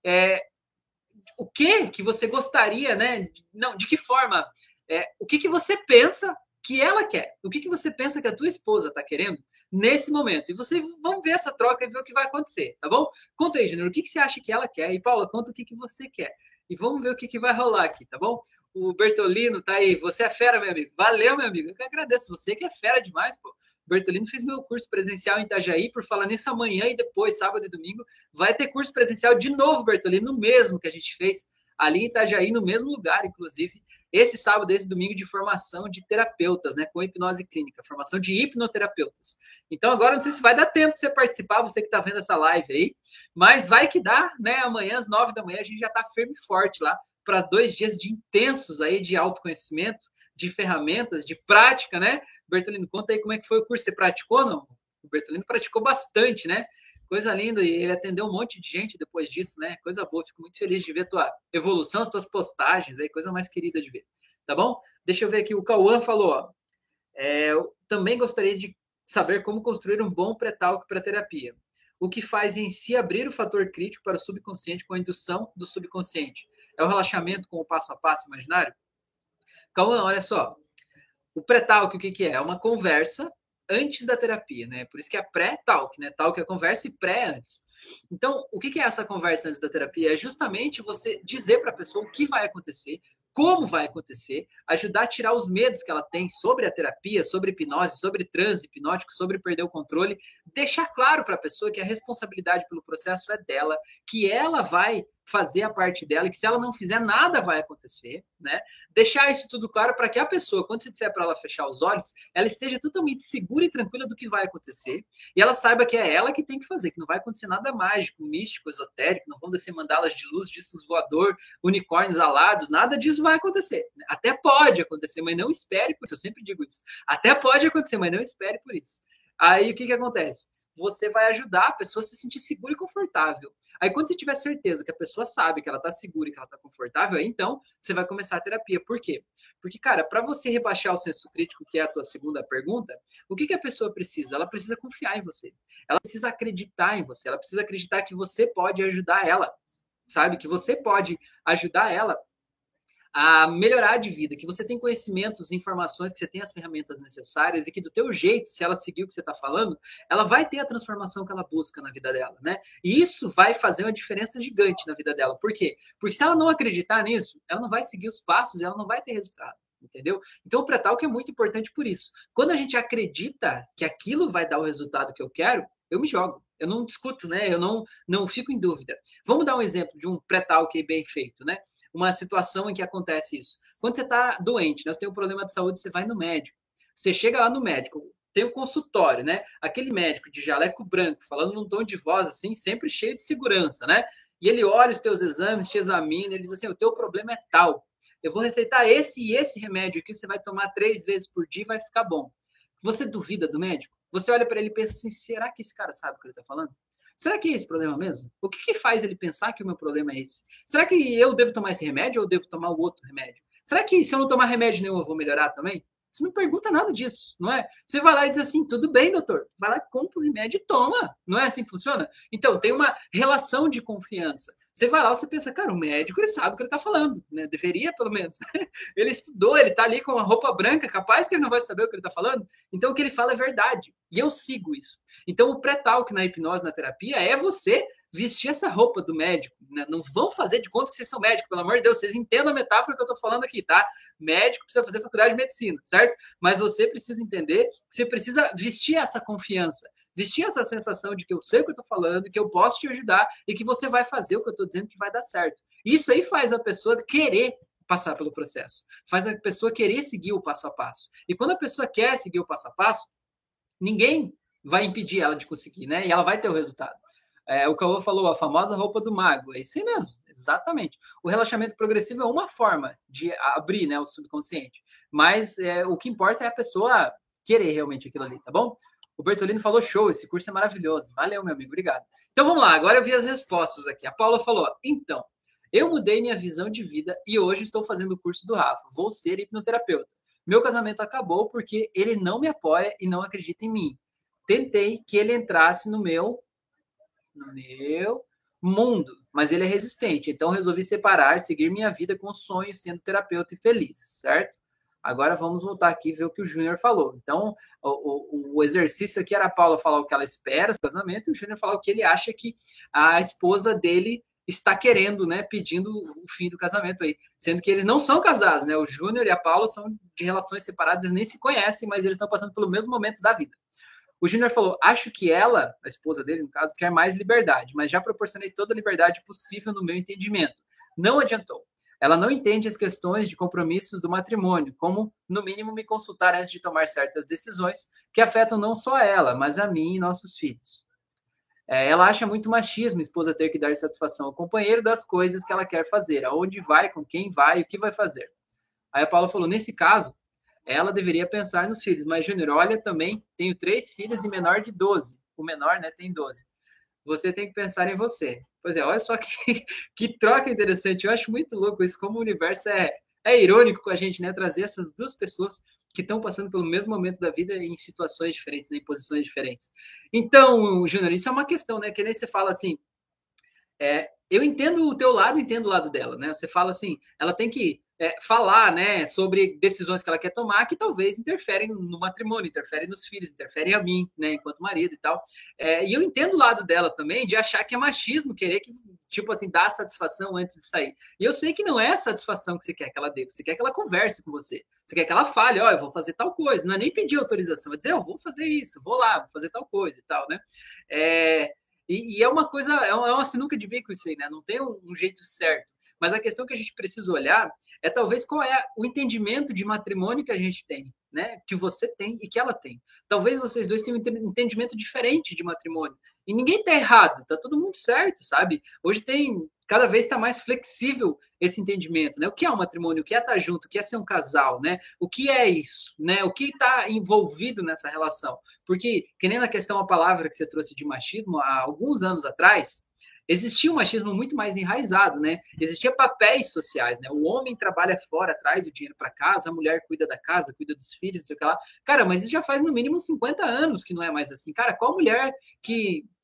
o que você gostaria, né? Não, de que forma? O que você pensa que ela quer? O que você pensa que a tua esposa está querendo nesse momento? E você vamos ver essa troca e ver o que vai acontecer, tá bom? Conta aí, Júnior, o que você acha que ela quer? E Paula, conta o que você quer. E vamos ver o que vai rolar aqui, tá bom? O Bertolino tá aí. Você é fera, meu amigo. Valeu, meu amigo. Eu que agradeço. Você que é fera demais, pô. Bertolino fez meu curso presencial em Itajaí, por falar nisso amanhã e depois, sábado e domingo, vai ter curso presencial de novo, Bertolino, no mesmo que a gente fez ali em Itajaí, no mesmo lugar, inclusive, esse sábado, esse domingo, de formação de terapeutas, né, com hipnose clínica, formação de hipnoterapeutas. Então, agora, não sei se vai dar tempo de você participar, você que está vendo essa live aí, mas vai que dá, né, amanhã às 9 da manhã, a gente já está firme e forte lá, para 2 dias de intensos aí de autoconhecimento, de ferramentas, de prática, né? Bertolino, conta aí como é que foi o curso. Você praticou ou não? O Bertolino praticou bastante, né? Coisa linda. E ele atendeu um monte de gente depois disso, né? Coisa boa. Fico muito feliz de ver a tua evolução, as tuas postagens aí. Coisa mais querida de ver. Tá bom? Deixa eu ver aqui. O Cauã falou, ó. Eu também gostaria de saber como construir um bom pré-talk para terapia. O que faz em si abrir o fator crítico para o subconsciente com a indução do subconsciente? É o relaxamento com o passo a passo imaginário? Cauã, olha só. O pré-talk, o que é? É uma conversa antes da terapia, né? Por isso que é pré-talk, né? Talk é conversa e pré antes. Então, o que é essa conversa antes da terapia? É justamente você dizer para a pessoa o que vai acontecer, como vai acontecer, ajudar a tirar os medos que ela tem sobre a terapia, sobre hipnose, sobre transe hipnótico, sobre perder o controle, deixar claro para a pessoa que a responsabilidade pelo processo é dela, que ela vai fazer a parte dela e que se ela não fizer nada vai acontecer, né? Deixar isso tudo claro para que a pessoa, quando você disser para ela fechar os olhos, ela esteja totalmente segura e tranquila do que vai acontecer e ela saiba que é ela que tem que fazer, que não vai acontecer nada mágico, místico, esotérico, não vão descer mandalas de luz, discos voador, unicórnios alados, nada disso vai acontecer. Até pode acontecer, mas não espere por isso. Eu sempre digo isso. Até pode acontecer, mas não espere por isso. Aí o que acontece? Você vai ajudar a pessoa a se sentir segura e confortável. Aí, quando você tiver certeza que a pessoa sabe que ela está segura e que ela está confortável, aí então você vai começar a terapia. Por quê? Porque, cara, para você rebaixar o senso crítico, que é a tua segunda pergunta, o que a pessoa precisa? Ela precisa confiar em você. Ela precisa acreditar em você. Ela precisa acreditar que você pode ajudar ela, sabe? Que você pode ajudar ela a melhorar de vida, que você tem conhecimentos, informações, que você tem as ferramentas necessárias e que do teu jeito, se ela seguir o que você está falando, ela vai ter a transformação que ela busca na vida dela, né? E isso vai fazer uma diferença gigante na vida dela. Por quê? Porque se ela não acreditar nisso, ela não vai seguir os passos e ela não vai ter resultado. Entendeu? Então o pré-talk é muito importante por isso. Quando a gente acredita que aquilo vai dar o resultado que eu quero, eu me jogo. Eu não discuto, né? Eu não fico em dúvida. Vamos dar um exemplo de um pré-talk bem feito, né? Uma situação em que acontece isso. Quando você está doente, né? Você tem um problema de saúde, você vai no médico. Você chega lá no médico, tem o consultório, né? Aquele médico de jaleco branco, falando num tom de voz assim, sempre cheio de segurança, né? E ele olha os teus exames, te examina, ele diz assim: o teu problema é tal. Eu vou receitar esse e esse remédio aqui, você vai tomar 3 vezes por dia e vai ficar bom. Você duvida do médico? Você olha para ele e pensa assim: será que esse cara sabe o que ele está falando? Será que é esse problema mesmo? O que faz ele pensar que o meu problema é esse? Será que eu devo tomar esse remédio ou eu devo tomar o outro remédio? Será que se eu não tomar remédio nenhum eu vou melhorar também? Você não pergunta nada disso, não é? Você vai lá e diz assim: tudo bem, doutor, vai lá, compra o remédio e toma. Não é assim que funciona? Então, tem uma relação de confiança. Você vai lá, você pensa: cara, o médico ele sabe o que ele está falando, né? Deveria, pelo menos. Ele estudou, ele está ali com a roupa branca, capaz que ele não vai saber o que ele está falando. Então, o que ele fala é verdade. E eu sigo isso. Então, o pré-talk na hipnose, na terapia, é você vestir essa roupa do médico. Né? Não vão fazer de conta que vocês são médicos, pelo amor de Deus, vocês entendam a metáfora que eu estou falando aqui, tá? Médico precisa fazer faculdade de medicina, certo? Mas você precisa entender que você precisa vestir essa confiança, vestir essa sensação de que eu sei o que eu estou falando, que eu posso te ajudar e que você vai fazer o que eu estou dizendo que vai dar certo. Isso aí faz a pessoa querer passar pelo processo, faz a pessoa querer seguir o passo a passo. E quando a pessoa quer seguir o passo a passo, ninguém vai impedir ela de conseguir, né? E ela vai ter o resultado. O Cauã falou, a famosa roupa do mago. É isso aí mesmo, exatamente. O relaxamento progressivo é uma forma de abrir, né, o subconsciente. Mas o que importa é a pessoa querer realmente aquilo ali, tá bom? O Bertolino falou, show, esse curso é maravilhoso. Valeu, meu amigo, obrigado. Então vamos lá, agora eu vi as respostas aqui. A Paula falou, então, eu mudei minha visão de vida e hoje estou fazendo o curso do Rafa. Vou ser hipnoterapeuta. Meu casamento acabou porque ele não me apoia e não acredita em mim. Tentei que ele entrasse no meu mundo, mas ele é resistente. Então resolvi separar, seguir minha vida com sonhos, sendo terapeuta e feliz, certo? Agora vamos voltar aqui e ver o que o Júnior falou. Então, o exercício aqui era a Paula falar o que ela espera do casamento e o Júnior falar o que ele acha que a esposa dele está querendo, né, pedindo o fim do casamento aí, sendo que eles não são casados, né? O Júnior e a Paula são de relações separadas, eles nem se conhecem, mas eles estão passando pelo mesmo momento da vida. O Júnior falou, acho que ela, a esposa dele, no caso, quer mais liberdade, mas já proporcionei toda a liberdade possível no meu entendimento. Não adiantou. Ela não entende as questões de compromissos do matrimônio, como, no mínimo, me consultar antes de tomar certas decisões que afetam não só ela, mas a mim e nossos filhos. Ela acha muito machismo a esposa ter que dar satisfação ao companheiro das coisas que ela quer fazer, aonde vai, com quem vai, o que vai fazer. Aí a Paula falou, nesse caso, ela deveria pensar nos filhos. Mas, Júnior, olha também, tenho 3 filhos e menor de 12. O menor, né, tem 12. Você tem que pensar em você. Pois é, olha só que troca interessante. Eu acho muito louco isso, como o universo é irônico com a gente, né? Trazer essas duas pessoas que estão passando pelo mesmo momento da vida em situações diferentes, né, em posições diferentes. Então, Júnior, isso é uma questão, né? Que nem você fala assim, eu entendo o teu lado, entendo o lado dela, né? Você fala assim, ela tem que falar, né, sobre decisões que ela quer tomar que talvez interferem no matrimônio, interferem nos filhos, interferem a mim, né, enquanto marido e tal. E eu entendo o lado dela também de achar que é machismo querer que, tipo assim, dar satisfação antes de sair. E eu sei que não é a satisfação que você quer que ela dê, você quer que ela converse com você. Você quer que ela fale, ó, eu vou fazer tal coisa. Não é nem pedir autorização, é dizer, eu vou fazer isso, vou lá, vou fazer tal coisa e tal, né? E é uma coisa, é uma sinuca de bico isso aí, né? Não tem um jeito certo. Mas a questão que a gente precisa olhar é talvez qual é o entendimento de matrimônio que a gente tem, né? Que você tem e que ela tem. Talvez vocês dois tenham um entendimento diferente de matrimônio. E ninguém tá errado, tá todo mundo certo, sabe? Hoje cada vez está mais flexível esse entendimento, né? O que é um matrimônio? O que é estar junto? O que é ser um casal, né? O que é isso, né? O que está envolvido nessa relação? Porque, que nem na questão a palavra que você trouxe de machismo, há alguns anos atrás, existia um machismo muito mais enraizado, né? Existia papéis sociais, né? O homem trabalha fora, traz o dinheiro para casa, a mulher cuida da casa, cuida dos filhos, não sei o que lá. Cara, mas isso já faz no mínimo 50 anos que não é mais assim. Cara, qual mulher que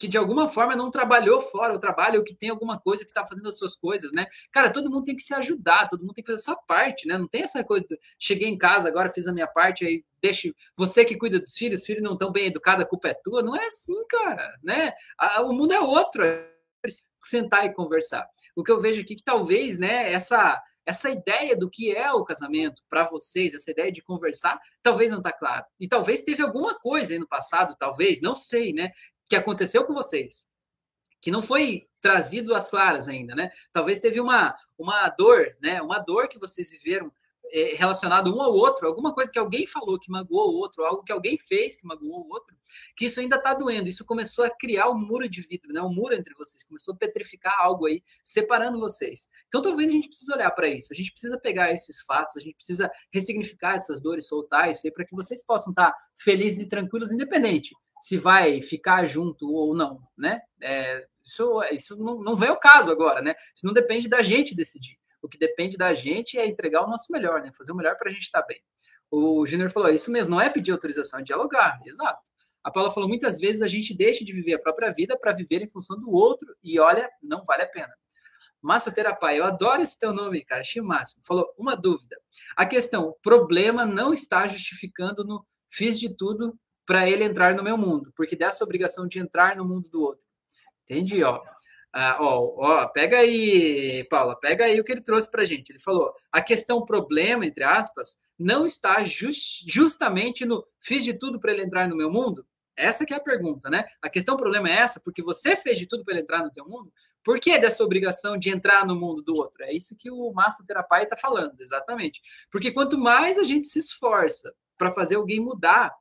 que de alguma forma não trabalhou fora o trabalho, ou que tem alguma coisa que está fazendo as suas coisas, né? Cara, todo mundo tem que se ajudar, todo mundo tem que fazer a sua parte, né? Não tem essa coisa de cheguei em casa, agora fiz a minha parte, aí deixa você que cuida dos filhos, os filhos não estão bem educados, a culpa é tua. Não é assim, cara, né? O mundo é outro, é preciso sentar e conversar. O que eu vejo aqui é que talvez, né, essa ideia do que é o casamento para vocês, essa ideia de conversar, talvez não está claro. E talvez teve alguma coisa aí no passado, talvez, não sei, né, que aconteceu com vocês, que não foi trazido às claras ainda, né? Talvez teve uma dor, né? Uma dor que vocês viveram relacionado um ao outro, alguma coisa que alguém falou que magoou o outro, algo que alguém fez que magoou o outro, que isso ainda está doendo. Isso começou a criar um muro de vidro, né? Um muro entre vocês, começou a petrificar algo aí, separando vocês. Então talvez a gente precise olhar para isso, a gente precisa pegar esses fatos, a gente precisa ressignificar essas dores, soltar isso aí, para que vocês possam estar felizes e tranquilos, independente se vai ficar junto ou não, né? Isso não vem ao caso agora, né? Isso não depende da gente decidir. O que depende da gente é entregar o nosso melhor, né? Fazer o melhor para a gente estar bem. O Júnior falou, isso mesmo, não é pedir autorização, é dialogar, exato. A Paula falou, muitas vezes a gente deixa de viver a própria vida para viver em função do outro e olha, não vale a pena. Massoterapia, eu adoro esse teu nome, cara, achei o máximo. Falou, uma dúvida. A questão, o problema não está justificando no fiz de tudo para ele entrar no meu mundo, porque dessa obrigação de entrar no mundo do outro. Entendi, ó. Pega aí, Paula, pega aí o que ele trouxe pra gente. Ele falou: a questão problema, entre aspas, não está justamente no fiz de tudo para ele entrar no meu mundo? Essa que é a pergunta, né? A questão problema é essa, porque você fez de tudo para ele entrar no teu mundo? Por que dessa obrigação de entrar no mundo do outro? É isso que o massoterapia está falando, exatamente. Porque quanto mais a gente se esforça para fazer alguém mudar,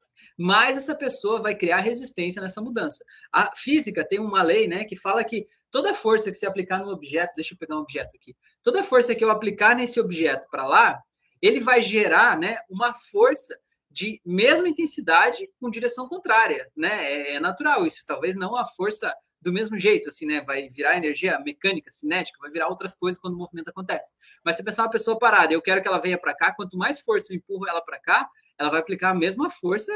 mais essa pessoa vai criar resistência nessa mudança. A física tem uma lei, né, que fala que toda força que se aplicar no objeto, deixa eu pegar um objeto aqui, toda força que eu aplicar nesse objeto para lá, ele vai gerar, né, uma força de mesma intensidade com direção contrária, né? É natural isso, talvez não a força do mesmo jeito, assim, né? Vai virar energia mecânica, cinética, vai virar outras coisas quando o movimento acontece. Mas se pensar uma pessoa parada, eu quero que ela venha para cá, quanto mais força eu empurro ela para cá, ela vai aplicar a mesma força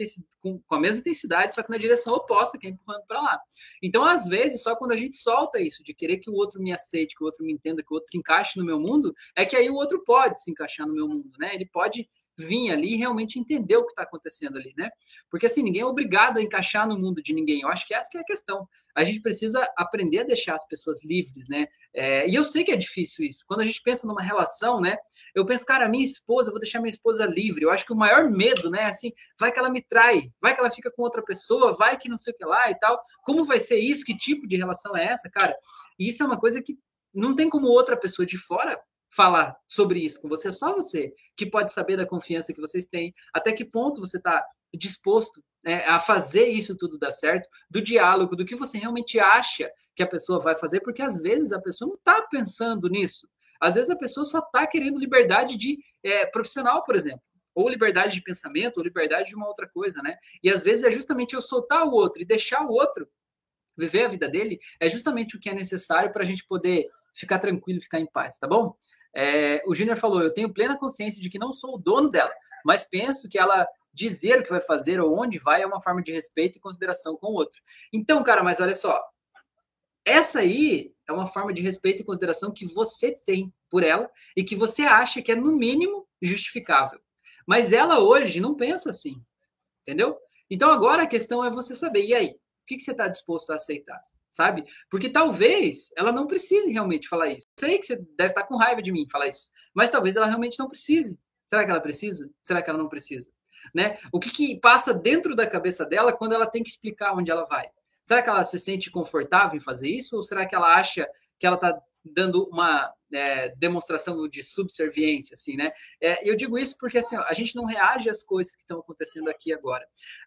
com a mesma intensidade, só que na direção oposta, que é empurrando para lá. Então, às vezes, só quando a gente solta isso, de querer que o outro me aceite, que o outro me entenda, que o outro se encaixe no meu mundo, é que aí o outro pode se encaixar no meu mundo, né? Ele pode vir ali e realmente entender o que está acontecendo ali, né? Porque assim, ninguém é obrigado a encaixar no mundo de ninguém. Eu acho que essa que é a questão. A gente precisa aprender a deixar as pessoas livres, né? E eu sei que é difícil isso. Quando a gente pensa numa relação, né? Eu penso, cara, minha esposa, eu vou deixar minha esposa livre. Eu acho que o maior medo, né? Assim, vai que ela me trai, vai que ela fica com outra pessoa, vai que não sei o que lá e tal. Como vai ser isso? Que tipo de relação é essa, cara? E isso é uma coisa que não tem como outra pessoa de fora falar sobre isso com você, só você que pode saber da confiança que vocês têm, até que ponto você está disposto, né, a fazer isso tudo dar certo, do diálogo, do que você realmente acha que a pessoa vai fazer, porque às vezes a pessoa não está pensando nisso. Às vezes a pessoa só está querendo liberdade de profissional, por exemplo, ou liberdade de pensamento, ou liberdade de uma outra coisa, né? E às vezes é justamente eu soltar o outro e deixar o outro viver a vida dele, é justamente o que é necessário para a gente poder ficar tranquilo, ficar em paz, tá bom? O Júnior falou, eu tenho plena consciência de que não sou o dono dela, mas penso que ela dizer o que vai fazer ou onde vai é uma forma de respeito e consideração com o outro. Então, cara, mas olha só, essa aí é uma forma de respeito e consideração que você tem por ela e que você acha que é, no mínimo, justificável. Mas ela hoje não pensa assim, entendeu? Então agora a questão é você saber, e aí? O que você está disposto a aceitar? Sabe? Porque talvez ela não precise realmente falar isso. Eu sei que você deve estar com raiva de mim falar isso, mas talvez ela realmente não precise. Será que ela precisa? Será que ela não precisa? Né? O que passa dentro da cabeça dela quando ela tem que explicar onde ela vai? Será que ela se sente confortável em fazer isso? Ou será que ela acha que ela está dando uma demonstração de subserviência, assim, né? Eu digo isso porque assim, ó, a gente não reage às coisas que estão acontecendo aqui agora.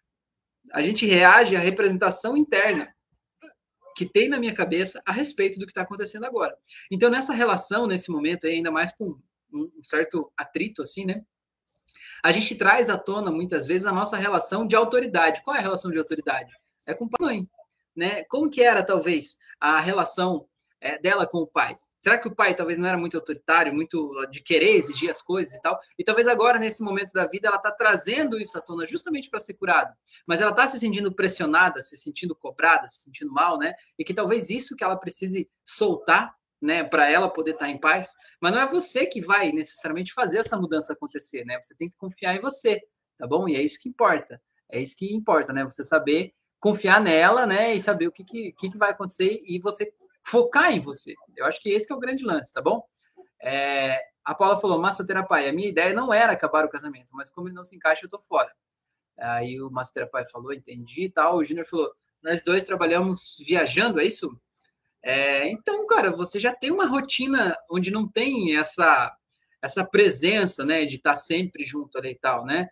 A gente reage à representação interna que tem na minha cabeça a respeito do que está acontecendo agora. Então, nessa relação, nesse momento, ainda mais com um certo atrito, assim, né? A gente traz à tona, muitas vezes, a nossa relação de autoridade. Qual é a relação de autoridade? É com o pai, né? Como que era, talvez, a relação dela com o pai? Será que o pai talvez não era muito autoritário, muito de querer exigir as coisas e tal? E talvez agora, nesse momento da vida, ela está trazendo isso à tona justamente para ser curada. Mas ela está se sentindo pressionada, se sentindo cobrada, se sentindo mal, né? E que talvez isso que ela precise soltar, né, para ela poder estar em paz. Mas não é você que vai necessariamente fazer essa mudança acontecer, né? Você tem que confiar em você, tá bom? E é isso que importa. É isso que importa, né? Você saber confiar nela, né? E saber o que vai acontecer e você focar em você. Eu acho que esse que é o grande lance, tá bom? A Paula falou, massoterapia, a minha ideia não era acabar o casamento, mas como ele não se encaixa, eu tô fora. Aí o massoterapia falou, entendi e tal. O Júnior falou, nós dois trabalhamos viajando, é isso? Então, cara, você já tem uma rotina onde não tem essa presença, né, de estar sempre junto ali e tal, né?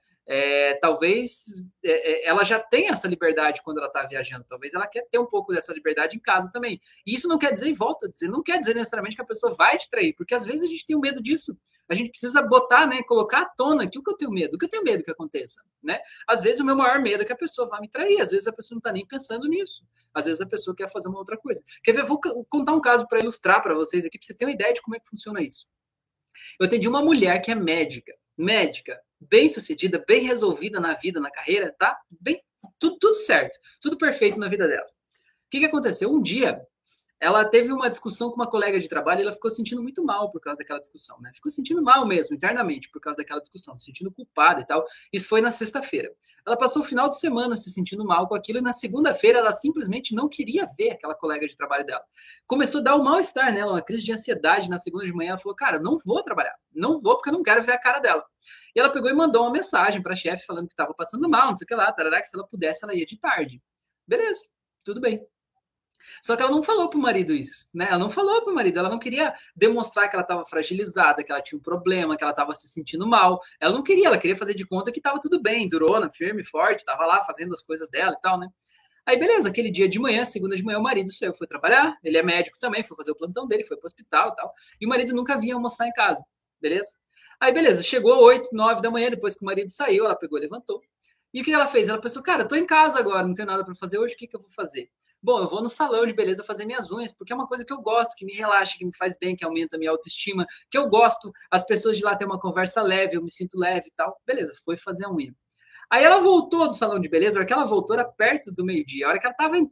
Talvez ela já tenha essa liberdade quando ela está viajando. Talvez ela quer ter um pouco dessa liberdade em casa também. E isso não quer dizer, e volta a dizer, não quer dizer necessariamente que a pessoa vai te trair, porque às vezes a gente tem o medo disso. A gente precisa botar, né, colocar à tona que o que eu tenho medo, o que eu tenho medo que aconteça, né? Às vezes o meu maior medo é que a pessoa vá me trair, às vezes a pessoa não está nem pensando nisso. Às vezes a pessoa quer fazer uma outra coisa. Quer ver? Eu vou contar um caso para ilustrar para vocês aqui, para você ter uma ideia de como é que funciona isso. Eu atendi uma mulher que é médica, bem sucedida, bem resolvida na vida, na carreira, tá? Bem, tudo certo, tudo perfeito na vida dela. O que aconteceu? Um dia, ela teve uma discussão com uma colega de trabalho e ela ficou sentindo muito mal por causa daquela discussão, né? Ficou sentindo mal mesmo, internamente, por causa daquela discussão, se sentindo culpada e tal. Isso foi na sexta-feira. Ela passou o final de semana se sentindo mal com aquilo e na segunda-feira ela simplesmente não queria ver aquela colega de trabalho dela. Começou a dar um mal-estar nela, uma crise de ansiedade na segunda de manhã. Ela falou, cara, não vou trabalhar, não vou porque eu não quero ver a cara dela. E ela pegou e mandou uma mensagem para a chefe falando que estava passando mal, não sei o que lá, tarará, que se ela pudesse ela ia de tarde. Beleza, tudo bem. Só que ela não falou pro marido isso, né? Ela não falou pro marido, ela não queria demonstrar que ela estava fragilizada, que ela tinha um problema, que ela estava se sentindo mal. Ela não queria, ela queria fazer de conta que estava tudo bem, durona, firme, forte, estava lá fazendo as coisas dela e tal, né? Aí, beleza, aquele dia de manhã, segunda de manhã, o marido saiu, foi trabalhar, ele é médico também, foi fazer o plantão dele, foi pro hospital e tal, e o marido nunca vinha almoçar em casa, beleza? Aí, beleza, chegou 8, 9 da manhã, depois que o marido saiu, ela pegou e levantou. E o que ela fez? Ela pensou, cara, tô em casa agora, não tenho nada para fazer hoje, o que eu vou fazer? Bom, eu vou no salão de beleza fazer minhas unhas, porque é uma coisa que eu gosto, que me relaxa, que me faz bem, que aumenta a minha autoestima, que eu gosto, as pessoas de lá têm uma conversa leve, eu me sinto leve e tal. Beleza, foi fazer a unha. Aí ela voltou do salão de beleza, a hora que ela voltou era perto do meio-dia. A hora que ela estava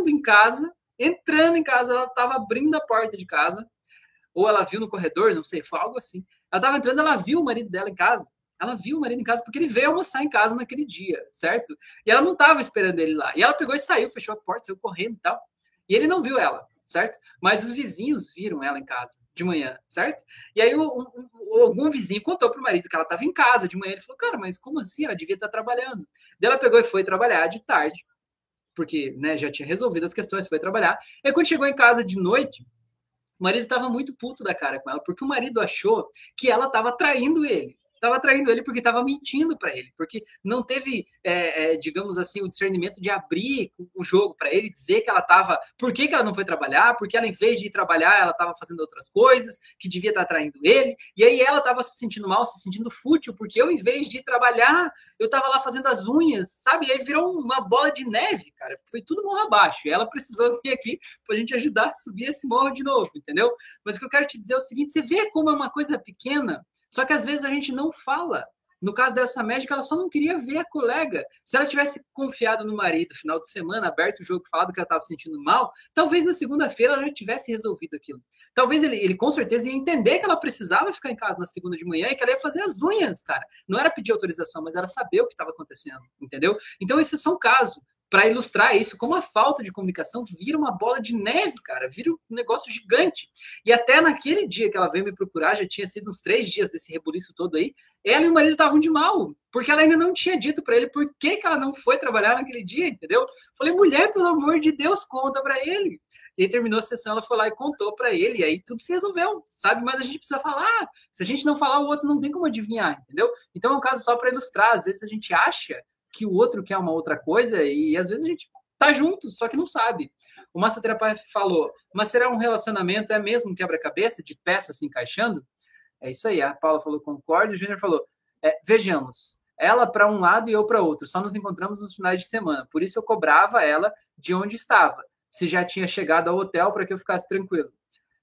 entrando em casa, ela estava abrindo a porta de casa, ou ela viu no corredor, não sei, foi algo assim. Ela estava entrando, ela viu o marido dela em casa. Ela viu o marido em casa porque ele veio almoçar em casa naquele dia, certo? E ela não estava esperando ele lá. E ela pegou e saiu, fechou a porta, saiu correndo e tal. E ele não viu ela, certo? Mas os vizinhos viram ela em casa de manhã, certo? E aí algum vizinho contou pro marido que ela estava em casa de manhã. Ele falou, cara, mas como assim? Ela devia estar trabalhando. Daí ela pegou e foi trabalhar de tarde, porque né, já tinha resolvido as questões, foi trabalhar. E aí, quando chegou em casa de noite, o marido estava muito puto da cara com ela, porque o marido achou que ela estava traindo ele. Estava traindo ele porque estava mentindo para ele, porque não teve, digamos assim, o discernimento de abrir o jogo para ele, dizer que ela estava. Por que ela não foi trabalhar? Porque ela, em vez de ir trabalhar, ela estava fazendo outras coisas, que devia estar traindo ele. E aí ela estava se sentindo mal, se sentindo fútil, porque eu, em vez de ir trabalhar, eu estava lá fazendo as unhas, sabe? E aí virou uma bola de neve, cara. Foi tudo morro abaixo. E ela precisou vir aqui para a gente ajudar a subir esse morro de novo, entendeu? Mas o que eu quero te dizer é o seguinte: você vê como é uma coisa pequena, só que às vezes a gente não fala. No caso dessa médica, ela só não queria ver a colega. Se ela tivesse confiado no marido, final de semana, aberto o jogo, falado que ela estava se sentindo mal, talvez na segunda-feira ela já tivesse resolvido aquilo. Talvez ele com certeza ia entender que ela precisava ficar em casa na segunda de manhã e que ela ia fazer as unhas, cara. Não era pedir autorização, mas era saber o que estava acontecendo, entendeu? Então, esses são casos para ilustrar isso, como a falta de comunicação vira uma bola de neve, cara, vira um negócio gigante. E até naquele dia que ela veio me procurar, já tinha sido uns 3 dias desse rebuliço todo aí, ela e o marido estavam de mal, porque ela ainda não tinha dito para ele por que ela não foi trabalhar naquele dia, entendeu? Falei, mulher, pelo amor de Deus, conta para ele. E aí terminou a sessão, ela foi lá e contou para ele, e aí tudo se resolveu, sabe? Mas a gente precisa falar. Se a gente não falar, o outro não tem como adivinhar, entendeu? Então é um caso só para ilustrar. Às vezes a gente acha que o outro quer uma outra coisa e às vezes a gente tá junto, só que não sabe. O massoterapeuta falou, mas será um relacionamento, é mesmo quebra-cabeça de peças se encaixando? É isso aí, a Paula falou, concordo, o Júnior falou, vejamos, ela para um lado e eu para outro, só nos encontramos nos finais de semana, por isso eu cobrava ela de onde estava, se já tinha chegado ao hotel para que eu ficasse tranquilo.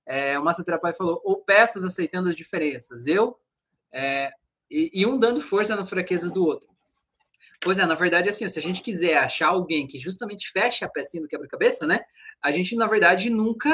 O massoterapeuta falou, ou peças aceitando as diferenças. E um dando força nas fraquezas do outro. Pois é, na verdade, assim, se a gente quiser achar alguém que justamente feche a pecinha do quebra-cabeça, né? A gente, na verdade,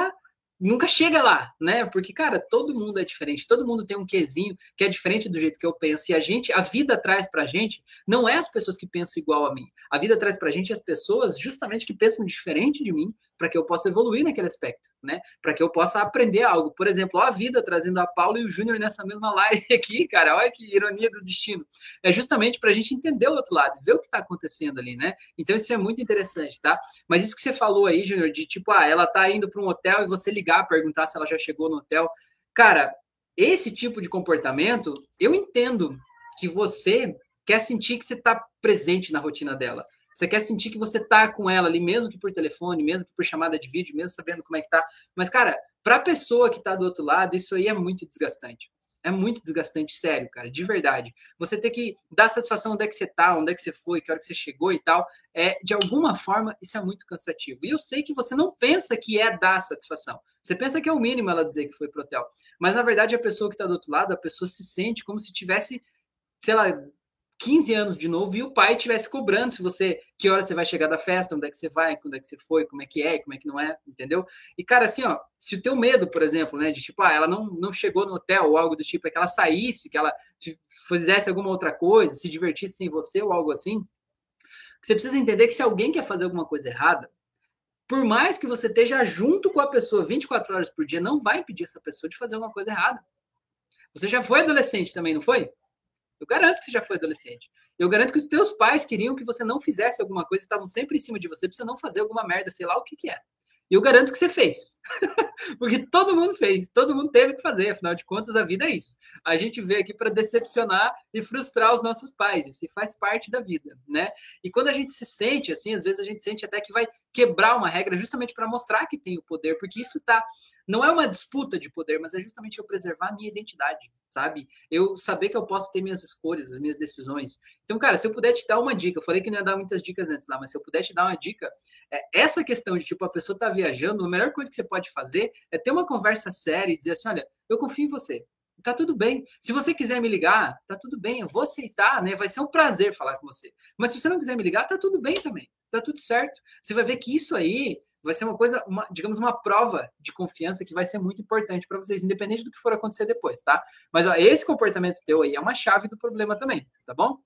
nunca chega lá, né? Porque, cara, todo mundo é diferente, todo mundo tem um quezinho que é diferente do jeito que eu penso. E a vida traz pra gente, não é as pessoas que pensam igual a mim. A vida traz pra gente as pessoas justamente que pensam diferente de mim, para que eu possa evoluir naquele aspecto, né? Para que eu possa aprender algo. Por exemplo, a vida trazendo a Paula e o Júnior nessa mesma live aqui, cara, olha que ironia do destino. É justamente pra gente entender o outro lado, ver o que tá acontecendo ali, né? Então isso é muito interessante, tá? Mas isso que você falou aí, Júnior, de tipo, ela tá indo para um hotel e você ligar, perguntar se ela já chegou no hotel. Cara, esse tipo de comportamento, eu entendo que você quer sentir que você tá presente na rotina dela. Você quer sentir que você tá com ela ali, mesmo que por telefone, mesmo que por chamada de vídeo, mesmo sabendo como é que tá. Mas, cara, pra pessoa que tá do outro lado, isso aí é muito desgastante. É muito desgastante, sério, cara, de verdade. Você ter que dar satisfação onde é que você tá, onde é que você foi, que hora que você chegou e tal, de alguma forma, isso é muito cansativo. E eu sei que você não pensa que é dar satisfação. Você pensa que é o mínimo ela dizer que foi pro hotel. Mas, na verdade, a pessoa que tá do outro lado, a pessoa se sente como se tivesse, sei lá, 15 anos de novo e o pai estivesse cobrando se você, que hora você vai chegar da festa, onde é que você vai, quando é que você foi, como é que não é, entendeu? E, cara, assim, ó, se o teu medo, por exemplo, né, de tipo, ela não chegou no hotel ou algo do tipo, é que ela saísse, que ela fizesse alguma outra coisa, se divertisse sem você ou algo assim, você precisa entender que se alguém quer fazer alguma coisa errada, por mais que você esteja junto com a pessoa 24 horas por dia, não vai impedir essa pessoa de fazer alguma coisa errada. Você já foi adolescente também, não foi? Eu garanto que você já foi adolescente. Eu garanto que os teus pais queriam que você não fizesse alguma coisa, estavam sempre em cima de você pra você não fazer alguma merda, sei lá o que é. E eu garanto que você fez. Porque todo mundo fez, todo mundo teve que fazer, afinal de contas, a vida é isso. A gente veio aqui para decepcionar e frustrar os nossos pais, isso faz parte da vida, né? E quando a gente se sente assim, às vezes a gente sente até que vai quebrar uma regra justamente para mostrar que tem o poder, porque isso não é uma disputa de poder, mas é justamente eu preservar a minha identidade, sabe? Eu saber que eu posso ter minhas escolhas, as minhas decisões. Então, cara, se eu puder te dar uma dica, eu falei que não ia dar muitas dicas antes lá, mas se eu puder te dar uma dica, essa questão de, tipo, a pessoa tá viajando, a melhor coisa que você pode fazer é ter uma conversa séria e dizer assim, olha, eu confio em você. Tá tudo bem. Se você quiser me ligar, tá tudo bem. Eu vou aceitar, né? Vai ser um prazer falar com você. Mas se você não quiser me ligar, tá tudo bem também. Tá tudo certo. Você vai ver que isso aí vai ser uma coisa, digamos, uma prova de confiança que vai ser muito importante para vocês, independente do que for acontecer depois, tá? Mas ó, esse comportamento teu aí é uma chave do problema também, tá bom?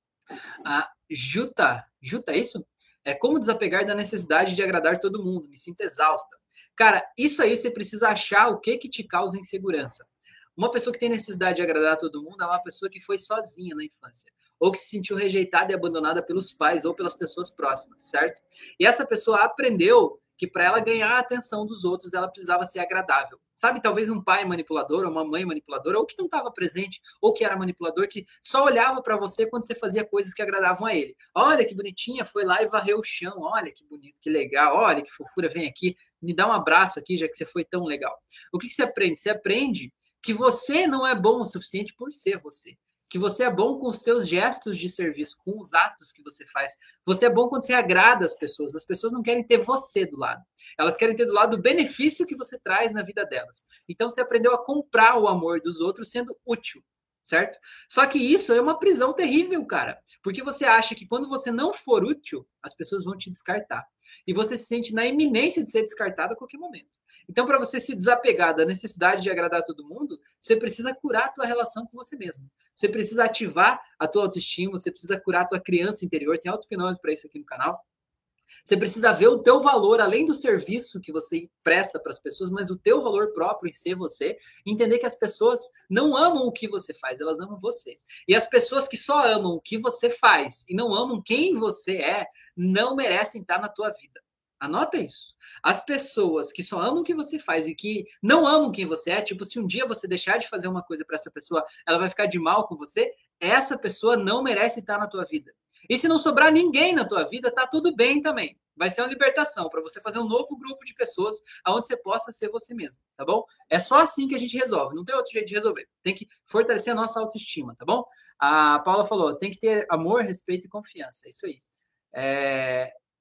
A Juta, é isso? É como desapegar da necessidade de agradar todo mundo. Me sinto exausta. Cara, isso aí você precisa achar o que te causa insegurança. Uma pessoa que tem necessidade de agradar todo mundo é uma pessoa que foi sozinha na infância, ou que se sentiu rejeitada e abandonada pelos pais ou pelas pessoas próximas, certo? E essa pessoa aprendeu que para ela ganhar a atenção dos outros, ela precisava ser agradável. Sabe, talvez um pai manipulador, ou uma mãe manipuladora, ou que não estava presente, ou que era manipulador, que só olhava para você quando você fazia coisas que agradavam a ele. Olha que bonitinha, foi lá e varreu o chão. Olha que bonito, que legal. Olha que fofura, vem aqui, me dá um abraço aqui, já que você foi tão legal. O que você aprende? Você aprende que você não é bom o suficiente por ser você. Que você é bom com os teus gestos de serviço, com os atos que você faz. Você é bom quando você agrada as pessoas. As pessoas não querem ter você do lado. Elas querem ter do lado o benefício que você traz na vida delas. Então você aprendeu a comprar o amor dos outros sendo útil, certo? Só que isso é uma prisão terrível, cara. Porque você acha que quando você não for útil, as pessoas vão te descartar. E você se sente na iminência de ser descartado a qualquer momento. Então, para você se desapegar da necessidade de agradar todo mundo, você precisa curar a tua relação com você mesmo. Você precisa ativar a tua autoestima, você precisa curar a tua criança interior. Tem auto-hipnose para isso aqui no canal. Você precisa ver o teu valor, além do serviço que você presta para as pessoas, mas o teu valor próprio em ser você. Entender que as pessoas não amam o que você faz, elas amam você. E as pessoas que só amam o que você faz e não amam quem você é, não merecem estar na tua vida. Anota isso. As pessoas que só amam o que você faz e que não amam quem você é, tipo, se um dia você deixar de fazer uma coisa para essa pessoa, ela vai ficar de mal com você, essa pessoa não merece estar na tua vida. E se não sobrar ninguém na tua vida, tá tudo bem também. Vai ser uma libertação para você fazer um novo grupo de pessoas onde você possa ser você mesmo, tá bom? É só assim que a gente resolve, não tem outro jeito de resolver. Tem que fortalecer a nossa autoestima, tá bom? A Paula falou, tem que ter amor, respeito e confiança, é isso aí.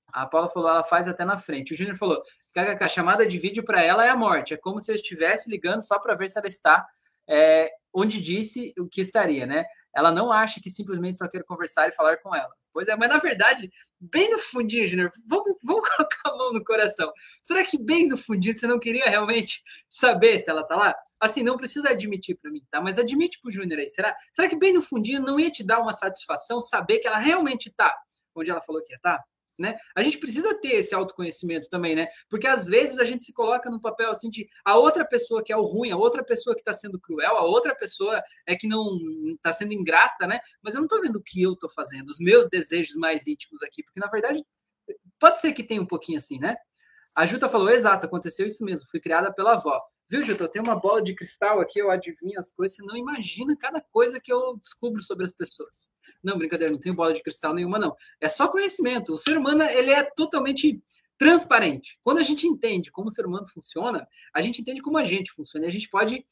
A Paula falou, ela faz até na frente. O Júnior falou, a chamada de vídeo para ela é a morte. É como se eu estivesse ligando só para ver se ela está onde disse o que estaria, né? Ela não acha que simplesmente só quer conversar e falar com ela. Pois é, mas na verdade, bem no fundinho, Júnior, vamos colocar a mão no coração. Será que bem no fundinho você não queria realmente saber se ela tá lá? Assim, não precisa admitir para mim, tá? Mas admite pro Júnior aí. Será que bem no fundinho não ia te dar uma satisfação saber que ela realmente tá onde ela falou que ia estar? Né? A gente precisa ter esse autoconhecimento também, né? Porque às vezes a gente se coloca no papel assim de a outra pessoa que é o ruim, a outra pessoa que está sendo cruel, a outra pessoa que não está sendo ingrata, né? Mas eu não estou vendo o que eu estou fazendo, os meus desejos mais íntimos aqui, porque na verdade pode ser que tenha um pouquinho assim, né? A Juta falou, exato, aconteceu isso mesmo, fui criada pela avó. Viu, Juta, eu tenho uma bola de cristal aqui, eu adivinho as coisas, você não imagina cada coisa que eu descubro sobre as pessoas. Não, brincadeira, não tenho bola de cristal nenhuma, não. É só conhecimento. O ser humano, ele é totalmente transparente. Quando a gente entende como o ser humano funciona, a gente entende como a gente funciona. E a gente pode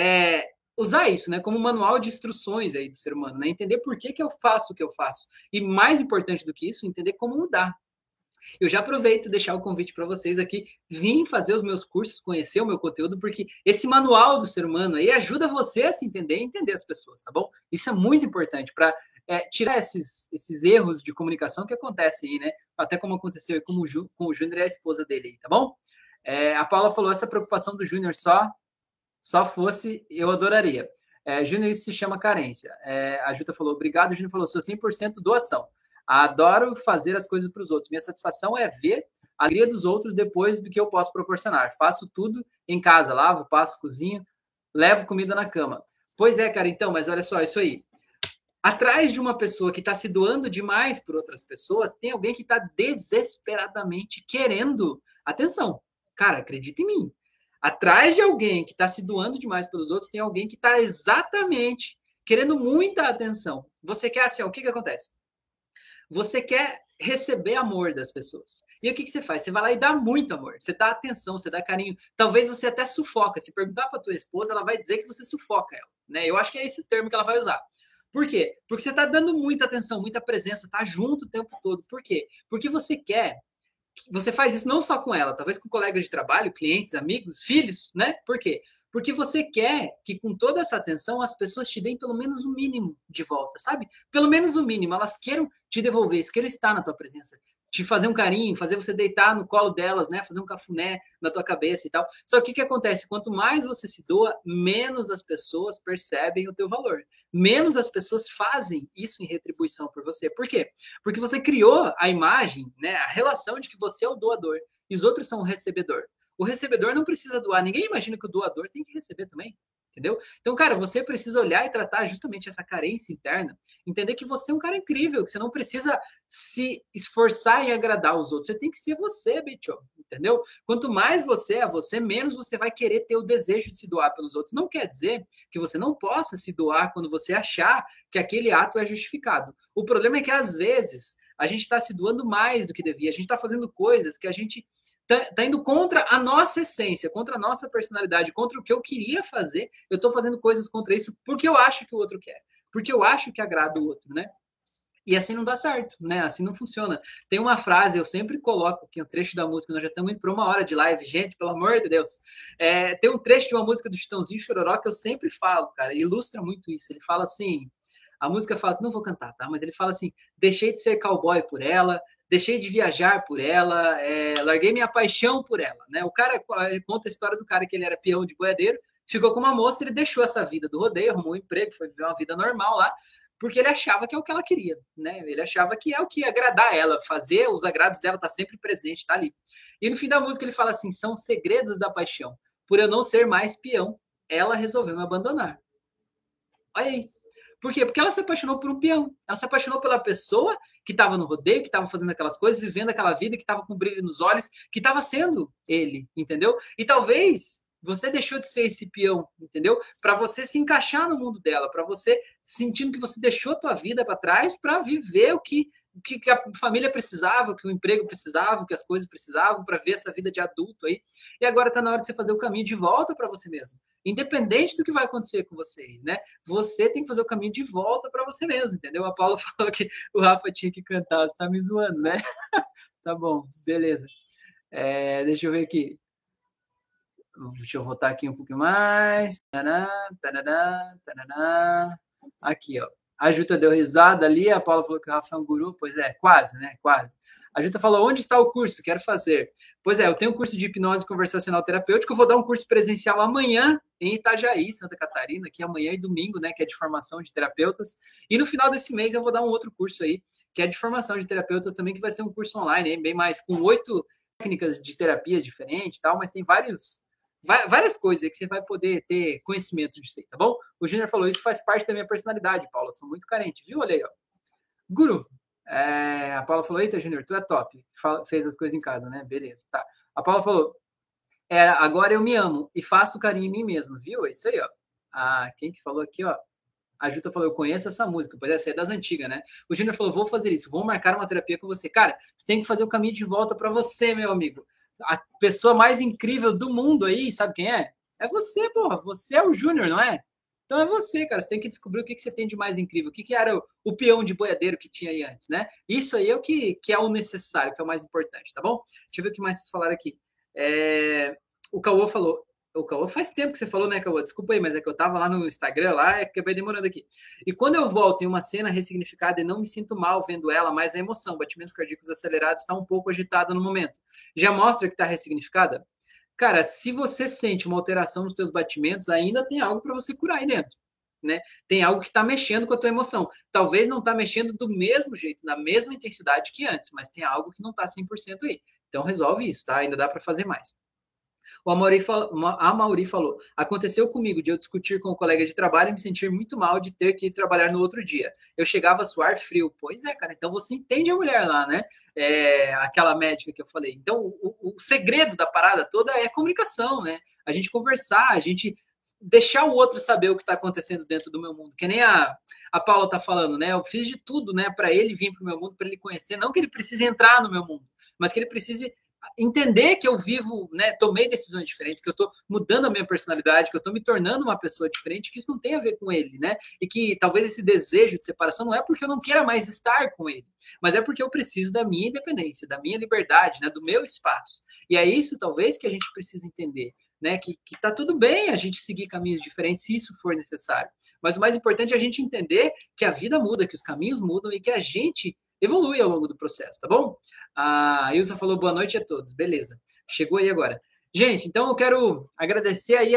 usar isso, né, como um manual de instruções aí do ser humano, né? Entender por que eu faço o que eu faço. E mais importante do que isso, entender como mudar. Eu já aproveito e deixar o convite para vocês aqui, vim fazer os meus cursos, conhecer o meu conteúdo, porque esse manual do ser humano aí ajuda você a se entender e entender as pessoas, tá bom? Isso é muito importante para tirar esses erros de comunicação que acontecem aí, né? Até como aconteceu aí com o Júnior e a esposa dele aí, tá bom? A Paula falou, essa preocupação do Júnior só fosse, eu adoraria. Júnior, isso se chama carência. A Juta falou, obrigado. O Júnior falou, sou 100% doação. Adoro fazer as coisas para os outros. Minha satisfação é ver a alegria dos outros depois do que eu posso proporcionar. Faço tudo em casa, lavo, passo, cozinho, levo comida na cama. Pois é, cara, então, mas olha só, isso aí. Atrás de uma pessoa que está se doando demais por outras pessoas, tem alguém que está desesperadamente querendo atenção. Cara, acredita em mim. Atrás de alguém que está se doando demais pelos outros, tem alguém que está exatamente querendo muita atenção. Você quer assim, ó, o que acontece? Você quer receber amor das pessoas. E o que você faz? Você vai lá e dá muito amor. Você dá atenção, você dá carinho. Talvez você até sufoca. Se perguntar para tua esposa, ela vai dizer que você sufoca ela. Né? Eu acho que é esse termo que ela vai usar. Por quê? Porque você está dando muita atenção, muita presença, tá junto o tempo todo. Por quê? Porque você quer. Você faz isso não só com ela, talvez com colegas de trabalho, clientes, amigos, filhos, né? Por quê? Porque você quer que com toda essa atenção as pessoas te deem pelo menos o mínimo de volta, sabe? Pelo menos o mínimo, elas queiram te devolver isso, queiram estar na tua presença, te fazer um carinho, fazer você deitar no colo delas, né? Fazer um cafuné na tua cabeça e tal. Só que o que acontece? Quanto mais você se doa, menos as pessoas percebem o teu valor. Menos as pessoas fazem isso em retribuição por você. Por quê? Porque você criou a imagem, né? A relação de que você é o doador e os outros são o recebedor. O recebedor não precisa doar. Ninguém imagina que o doador tem que receber também. Entendeu? Então, cara, você precisa olhar e tratar justamente essa carência interna, entender que você é um cara incrível, que você não precisa se esforçar em agradar os outros. Você tem que ser você, bicho, entendeu? Quanto mais você é você, menos você vai querer ter o desejo de se doar pelos outros. Não quer dizer que você não possa se doar quando você achar que aquele ato é justificado. O problema é que, às vezes, a gente está se doando mais do que devia. A gente está fazendo coisas que a gente tá indo contra a nossa essência, contra a nossa personalidade, contra o que eu queria fazer. Eu tô fazendo coisas contra isso porque eu acho que o outro quer, porque eu acho que agrada o outro, né? E assim não dá certo, né? Assim não funciona. Tem uma frase, eu sempre coloco aqui um trecho da música, nós já estamos indo para 1 hora de live, gente, pelo amor de Deus. Tem um trecho de uma música do Chitãozinho Chororó que eu sempre falo, cara, ilustra muito isso. Ele fala assim, a música fala assim, não vou cantar, tá? Mas ele fala assim, deixei de ser cowboy por ela, deixei de viajar por ela, larguei minha paixão por ela, né? O cara conta a história do cara que ele era peão de boiadeiro, ficou com uma moça, ele deixou essa vida do rodeio, arrumou um emprego, foi viver uma vida normal lá, porque ele achava que é o que ela queria, né? Ele achava que é o que ia agradar ela, fazer os agrados dela, tá sempre presente, tá ali. E no fim da música ele fala assim, são segredos da paixão. Por eu não ser mais peão, ela resolveu me abandonar. Olha aí. Por quê? Porque ela se apaixonou por um peão. Ela se apaixonou pela pessoa que estava no rodeio, que estava fazendo aquelas coisas, vivendo aquela vida, que estava com brilho nos olhos, que estava sendo ele, entendeu? E talvez você deixou de ser esse peão, entendeu? Para você se encaixar no mundo dela, para você sentindo que você deixou a tua vida para trás para viver o que a família precisava, o que o emprego precisava, o que as coisas precisavam para ver essa vida de adulto aí. E agora está na hora de você fazer o caminho de volta para você mesmo. Independente do que vai acontecer com vocês, né? Você tem que fazer o caminho de volta para você mesmo, entendeu? A Paula falou que o Rafa tinha que cantar, você tá me zoando, né? Tá bom, beleza. Deixa eu ver aqui. Deixa eu voltar aqui um pouquinho mais. Tará, tarará, tarará. Aqui, ó. A Juta deu risada ali, a Paula falou que o Rafa é um guru. Pois é, quase, né? Quase. A Juta falou, onde está o curso? Quero fazer. Pois é, eu tenho um curso de hipnose conversacional terapêutico, eu vou dar um curso presencial amanhã em Itajaí, Santa Catarina, que é amanhã e domingo, né? Que é de formação de terapeutas. E no final desse mês eu vou dar um outro curso aí, que é de formação de terapeutas também, que vai ser um curso online, hein? Bem mais, com 8 técnicas de terapia diferentes e tal, mas tem várias coisas que você vai poder ter conhecimento disso aí, tá bom? O Júnior falou, isso faz parte da minha personalidade, Paula, sou muito carente, viu? Olha aí, ó. Guru, a Paula falou, eita, Júnior, tu é top, fez as coisas em casa, né? Beleza, tá. A Paula falou, agora eu me amo e faço carinho em mim mesmo, viu? É isso aí, ó. Quem que falou aqui, ó? A Juta falou, eu conheço essa música, pois essa é das antigas, né? O Júnior falou, vou fazer isso, vou marcar uma terapia com você. Cara, você tem que fazer o caminho de volta para você, meu amigo. A pessoa mais incrível do mundo aí, sabe quem é? É você, porra. Você é o Júnior, não é? Então é você, cara. Você tem que descobrir o que você tem de mais incrível. O que era o peão de boiadeiro que tinha aí antes, né? Isso aí é o que é o necessário, que é o mais importante, tá bom? Deixa eu ver o que mais vocês falaram aqui. O Cauã falou, o Cauã faz tempo que você falou, né, Cauã? Desculpa aí, mas é que eu tava lá no Instagram, lá, acabei demorando aqui. E quando eu volto em uma cena ressignificada e não me sinto mal vendo ela, mas a emoção, batimentos cardíacos acelerados, está um pouco agitada no momento. Já mostra que está ressignificada? Cara, se você sente uma alteração nos teus batimentos, ainda tem algo para você curar aí dentro. Né? Tem algo que está mexendo com a tua emoção. Talvez não está mexendo do mesmo jeito, na mesma intensidade que antes, mas tem algo que não está 100% aí. Então resolve isso, tá? Ainda dá para fazer mais. A Mauri falou, aconteceu comigo de eu discutir com o colega de trabalho e me sentir muito mal de ter que ir trabalhar no outro dia. Eu chegava a suar frio. Pois é, cara, então você entende a mulher lá, né? Aquela médica que eu falei. Então, o segredo da parada toda é comunicação, né? A gente conversar, a gente deixar o outro saber o que está acontecendo dentro do meu mundo. Que nem a Paula tá falando, né? Eu fiz de tudo, né, para ele vir para o meu mundo, para ele conhecer. Não que ele precise entrar no meu mundo, mas que ele precise entender que eu vivo, né, tomei decisões diferentes, que eu estou mudando a minha personalidade, que eu estou me tornando uma pessoa diferente, que isso não tem a ver com ele, né? E que talvez esse desejo de separação não é porque eu não queira mais estar com ele, mas é porque eu preciso da minha independência, da minha liberdade, né, do meu espaço. E é isso, talvez, que a gente precisa entender. Né, que tá tudo bem a gente seguir caminhos diferentes se isso for necessário. Mas o mais importante é a gente entender que a vida muda, que os caminhos mudam e que a gente evolui ao longo do processo, tá bom? A Ilza falou boa noite a todos, beleza. Chegou aí agora. Gente, então eu quero agradecer aí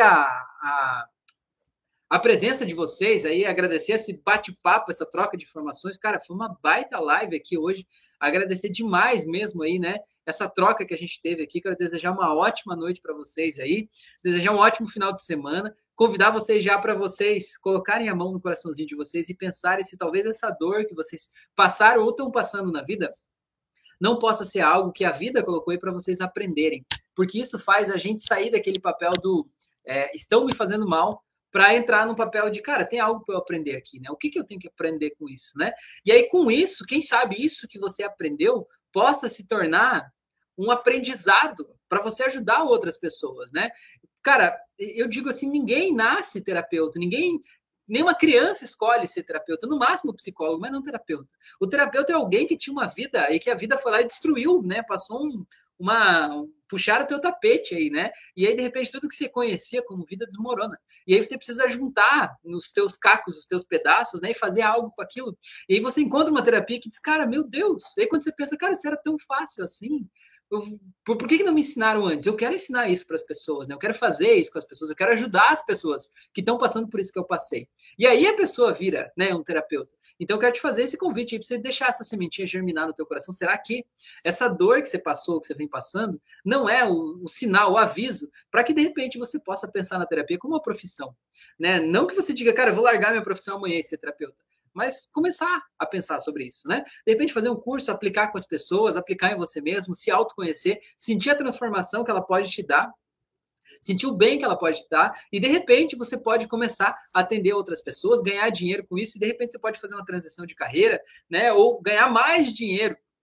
a presença de vocês aí, agradecer esse bate-papo, essa troca de informações. Cara, foi uma baita live aqui hoje. Agradecer demais mesmo aí, né? Essa troca que a gente teve aqui. Quero desejar uma ótima noite para vocês aí. Desejar um ótimo final de semana. Convidar vocês já para vocês colocarem a mão no coraçãozinho de vocês e pensarem se talvez essa dor que vocês passaram ou estão passando na vida não possa ser algo que a vida colocou aí para vocês aprenderem. Porque isso faz a gente sair daquele papel do estão me fazendo mal, para entrar no papel de, cara, tem algo para eu aprender aqui, né? O que eu tenho que aprender com isso, né? E aí, com isso, quem sabe isso que você aprendeu possa se tornar um aprendizado para você ajudar outras pessoas, né? Cara, eu digo assim, ninguém nasce terapeuta, nenhuma criança escolhe ser terapeuta, no máximo psicólogo, mas não terapeuta. O terapeuta é alguém que tinha uma vida e que a vida foi lá e destruiu, né? Passou puxaram o teu tapete aí, né? E aí, de repente, tudo que você conhecia como vida desmorona. E aí você precisa juntar nos teus cacos, os teus pedaços, né? E fazer algo com aquilo. E aí você encontra uma terapia que diz, cara, meu Deus. E aí quando você pensa, cara, isso era tão fácil assim. Por que não me ensinaram antes? Eu quero ensinar isso para as pessoas, né? Eu quero fazer isso com as pessoas, eu quero ajudar as pessoas que estão passando por isso que eu passei. E aí a pessoa vira, né, um terapeuta. Então eu quero te fazer esse convite aí para você deixar essa sementinha germinar no teu coração. Será que essa dor que você passou, que você vem passando, não é o sinal, o aviso, para que de repente você possa pensar na terapia como uma profissão, né? Não que você diga, cara, eu vou largar minha profissão amanhã e ser terapeuta, mas começar a pensar sobre isso, né? De repente fazer um curso, aplicar com as pessoas, aplicar em você mesmo, se autoconhecer, sentir a transformação que ela pode te dar, sentir o bem que ela pode te dar, e de repente você pode começar a atender outras pessoas, ganhar dinheiro com isso, e de repente você pode fazer uma transição de carreira, né? Ou ganhar mais dinheiro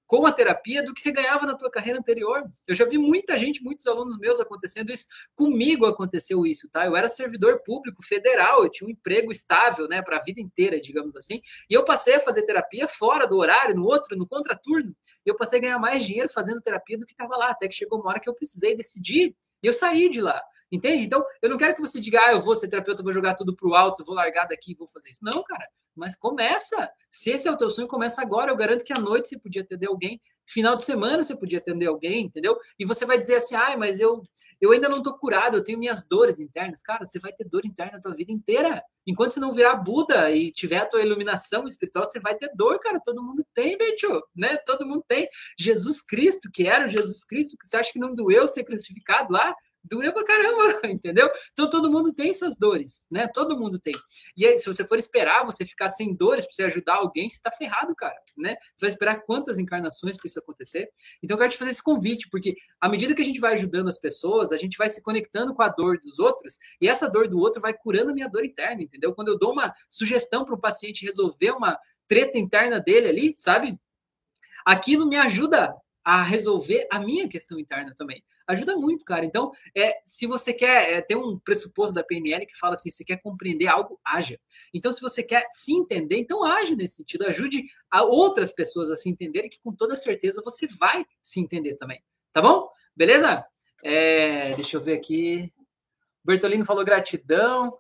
com a terapia do que você ganhava na tua carreira anterior. Eu já vi muita gente, muitos alunos meus acontecendo isso. Comigo aconteceu isso, tá? Eu era servidor público federal, eu tinha um emprego estável, né, para a vida inteira, digamos assim. E eu passei a fazer terapia fora do horário, no contraturno. Eu passei a ganhar mais dinheiro fazendo terapia do que estava lá, até que chegou uma hora que eu precisei decidir e eu saí de lá. Entende? Então, eu não quero que você diga, eu vou ser terapeuta, vou jogar tudo pro alto, vou largar daqui e vou fazer isso. Não, cara. Mas começa. Se esse é o teu sonho, começa agora. Eu garanto que à noite você podia atender alguém, final de semana você podia atender alguém, entendeu? E você vai dizer assim, mas eu ainda não tô curado, eu tenho minhas dores internas. Cara, você vai ter dor interna a tua vida inteira. Enquanto você não virar Buda e tiver a tua iluminação espiritual, você vai ter dor, cara. Todo mundo tem, bicho, né? Todo mundo tem. Jesus Cristo, que era o Jesus Cristo, que você acha que não doeu ser crucificado lá? Doeu pra caramba, entendeu? Então todo mundo tem suas dores, né? Todo mundo tem. E aí, se você for esperar você ficar sem dores pra você ajudar alguém, você tá ferrado, cara, né? Você vai esperar quantas encarnações pra isso acontecer? Então eu quero te fazer esse convite, porque à medida que a gente vai ajudando as pessoas, a gente vai se conectando com a dor dos outros, e essa dor do outro vai curando a minha dor interna, entendeu? Quando eu dou uma sugestão para o paciente resolver uma treta interna dele ali, sabe? Aquilo me ajuda a resolver a minha questão interna também. Ajuda muito, cara. Então, se você quer, tem um pressuposto da PNL que fala assim, você quer compreender algo, haja. Então, se você quer se entender, então age nesse sentido. Ajude a outras pessoas a se entenderem, que com toda certeza você vai se entender também. Tá bom? Beleza? Deixa eu ver aqui. O Bertolino falou gratidão.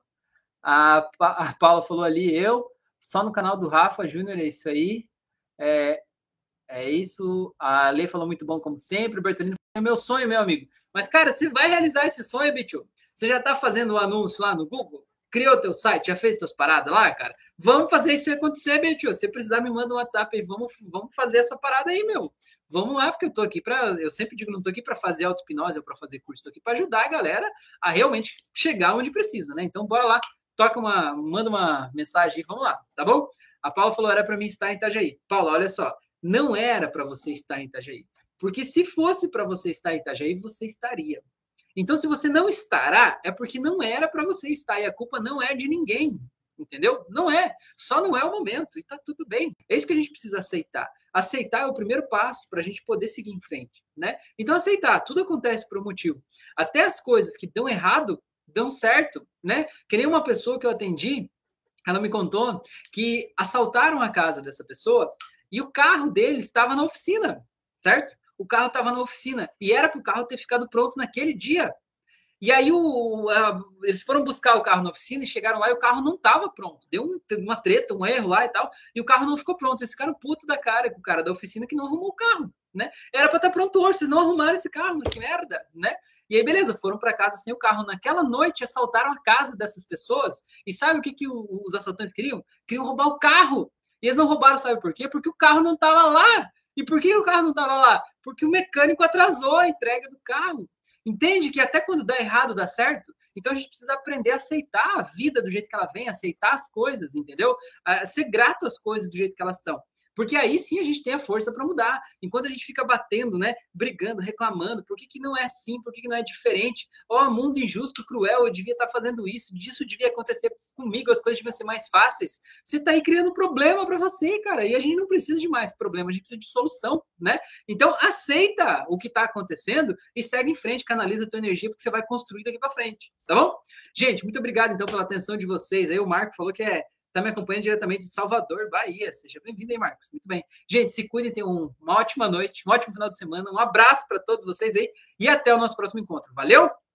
A Paula falou ali, só no canal do Rafa Júnior, é isso aí. É isso. A Lê falou muito bom, como sempre. O Bertolino falou, é meu sonho, meu amigo. Mas, cara, você vai realizar esse sonho, bicho? Você já tá fazendo o anúncio lá no Google? Criou teu site? Já fez tuas paradas lá, cara? Vamos fazer isso acontecer, bicho. Se precisar, me manda um WhatsApp aí. Vamos fazer essa parada aí, meu. Vamos lá, porque eu tô aqui eu sempre digo, não tô aqui para fazer auto-hipnose ou para fazer curso. Tô aqui para ajudar a galera a realmente chegar onde precisa, né? Então, bora lá. Manda uma mensagem aí. Vamos lá, tá bom? A Paula falou, era para mim estar em Itajaí. Paula, olha só. Não era para você estar em Itajaí. Porque se fosse para você estar em Itajaí, você estaria. Então, se você não estará, é porque não era para você estar. E a culpa não é de ninguém. Entendeu? Não é. Só não é o momento. E tá tudo bem. É isso que a gente precisa aceitar. Aceitar é o primeiro passo para a gente poder seguir em frente. Né? Então, aceitar. Tudo acontece por um motivo. Até as coisas que dão errado, dão certo. Né? Que nem uma pessoa que eu atendi, ela me contou que assaltaram a casa dessa pessoa e o carro dele estava na oficina, certo? O carro estava na oficina e era para o carro ter ficado pronto naquele dia. E aí eles foram buscar o carro na oficina e chegaram lá e o carro não estava pronto. Deu uma treta, um erro lá e tal, e o carro não ficou pronto. Eles ficaram puto da cara com o cara da oficina que não arrumou o carro, né? Era para estar pronto hoje, vocês não arrumaram esse carro, mas que merda, né? E aí, beleza, foram para casa sem o carro. Naquela noite, assaltaram a casa dessas pessoas. E sabe o que os assaltantes queriam? Queriam roubar o carro. E eles não roubaram, sabe por quê? Porque o carro não estava lá. E por que o carro não estava lá? Porque o mecânico atrasou a entrega do carro. Entende que até quando dá errado, dá certo? Então a gente precisa aprender a aceitar a vida do jeito que ela vem, aceitar as coisas, entendeu? Ser grato às coisas do jeito que elas estão. Porque aí sim a gente tem a força para mudar. Enquanto a gente fica batendo, né, brigando, reclamando, por que não é assim, por que não é diferente? Mundo injusto, cruel, eu devia estar fazendo isso, disso devia acontecer comigo, as coisas deviam ser mais fáceis. Você está aí criando problema para você, cara, e a gente não precisa de mais problema, a gente precisa de solução, né? Então aceita o que está acontecendo e segue em frente, canaliza a tua energia, porque você vai construir daqui para frente, tá bom? Gente, muito obrigado então pela atenção de vocês. Aí o Marco falou que está me acompanhando diretamente de Salvador, Bahia. Seja bem-vindo aí, Marcos. Muito bem. Gente, se cuidem, tenham uma ótima noite, um ótimo final de semana. Um abraço para todos vocês aí e até o nosso próximo encontro. Valeu?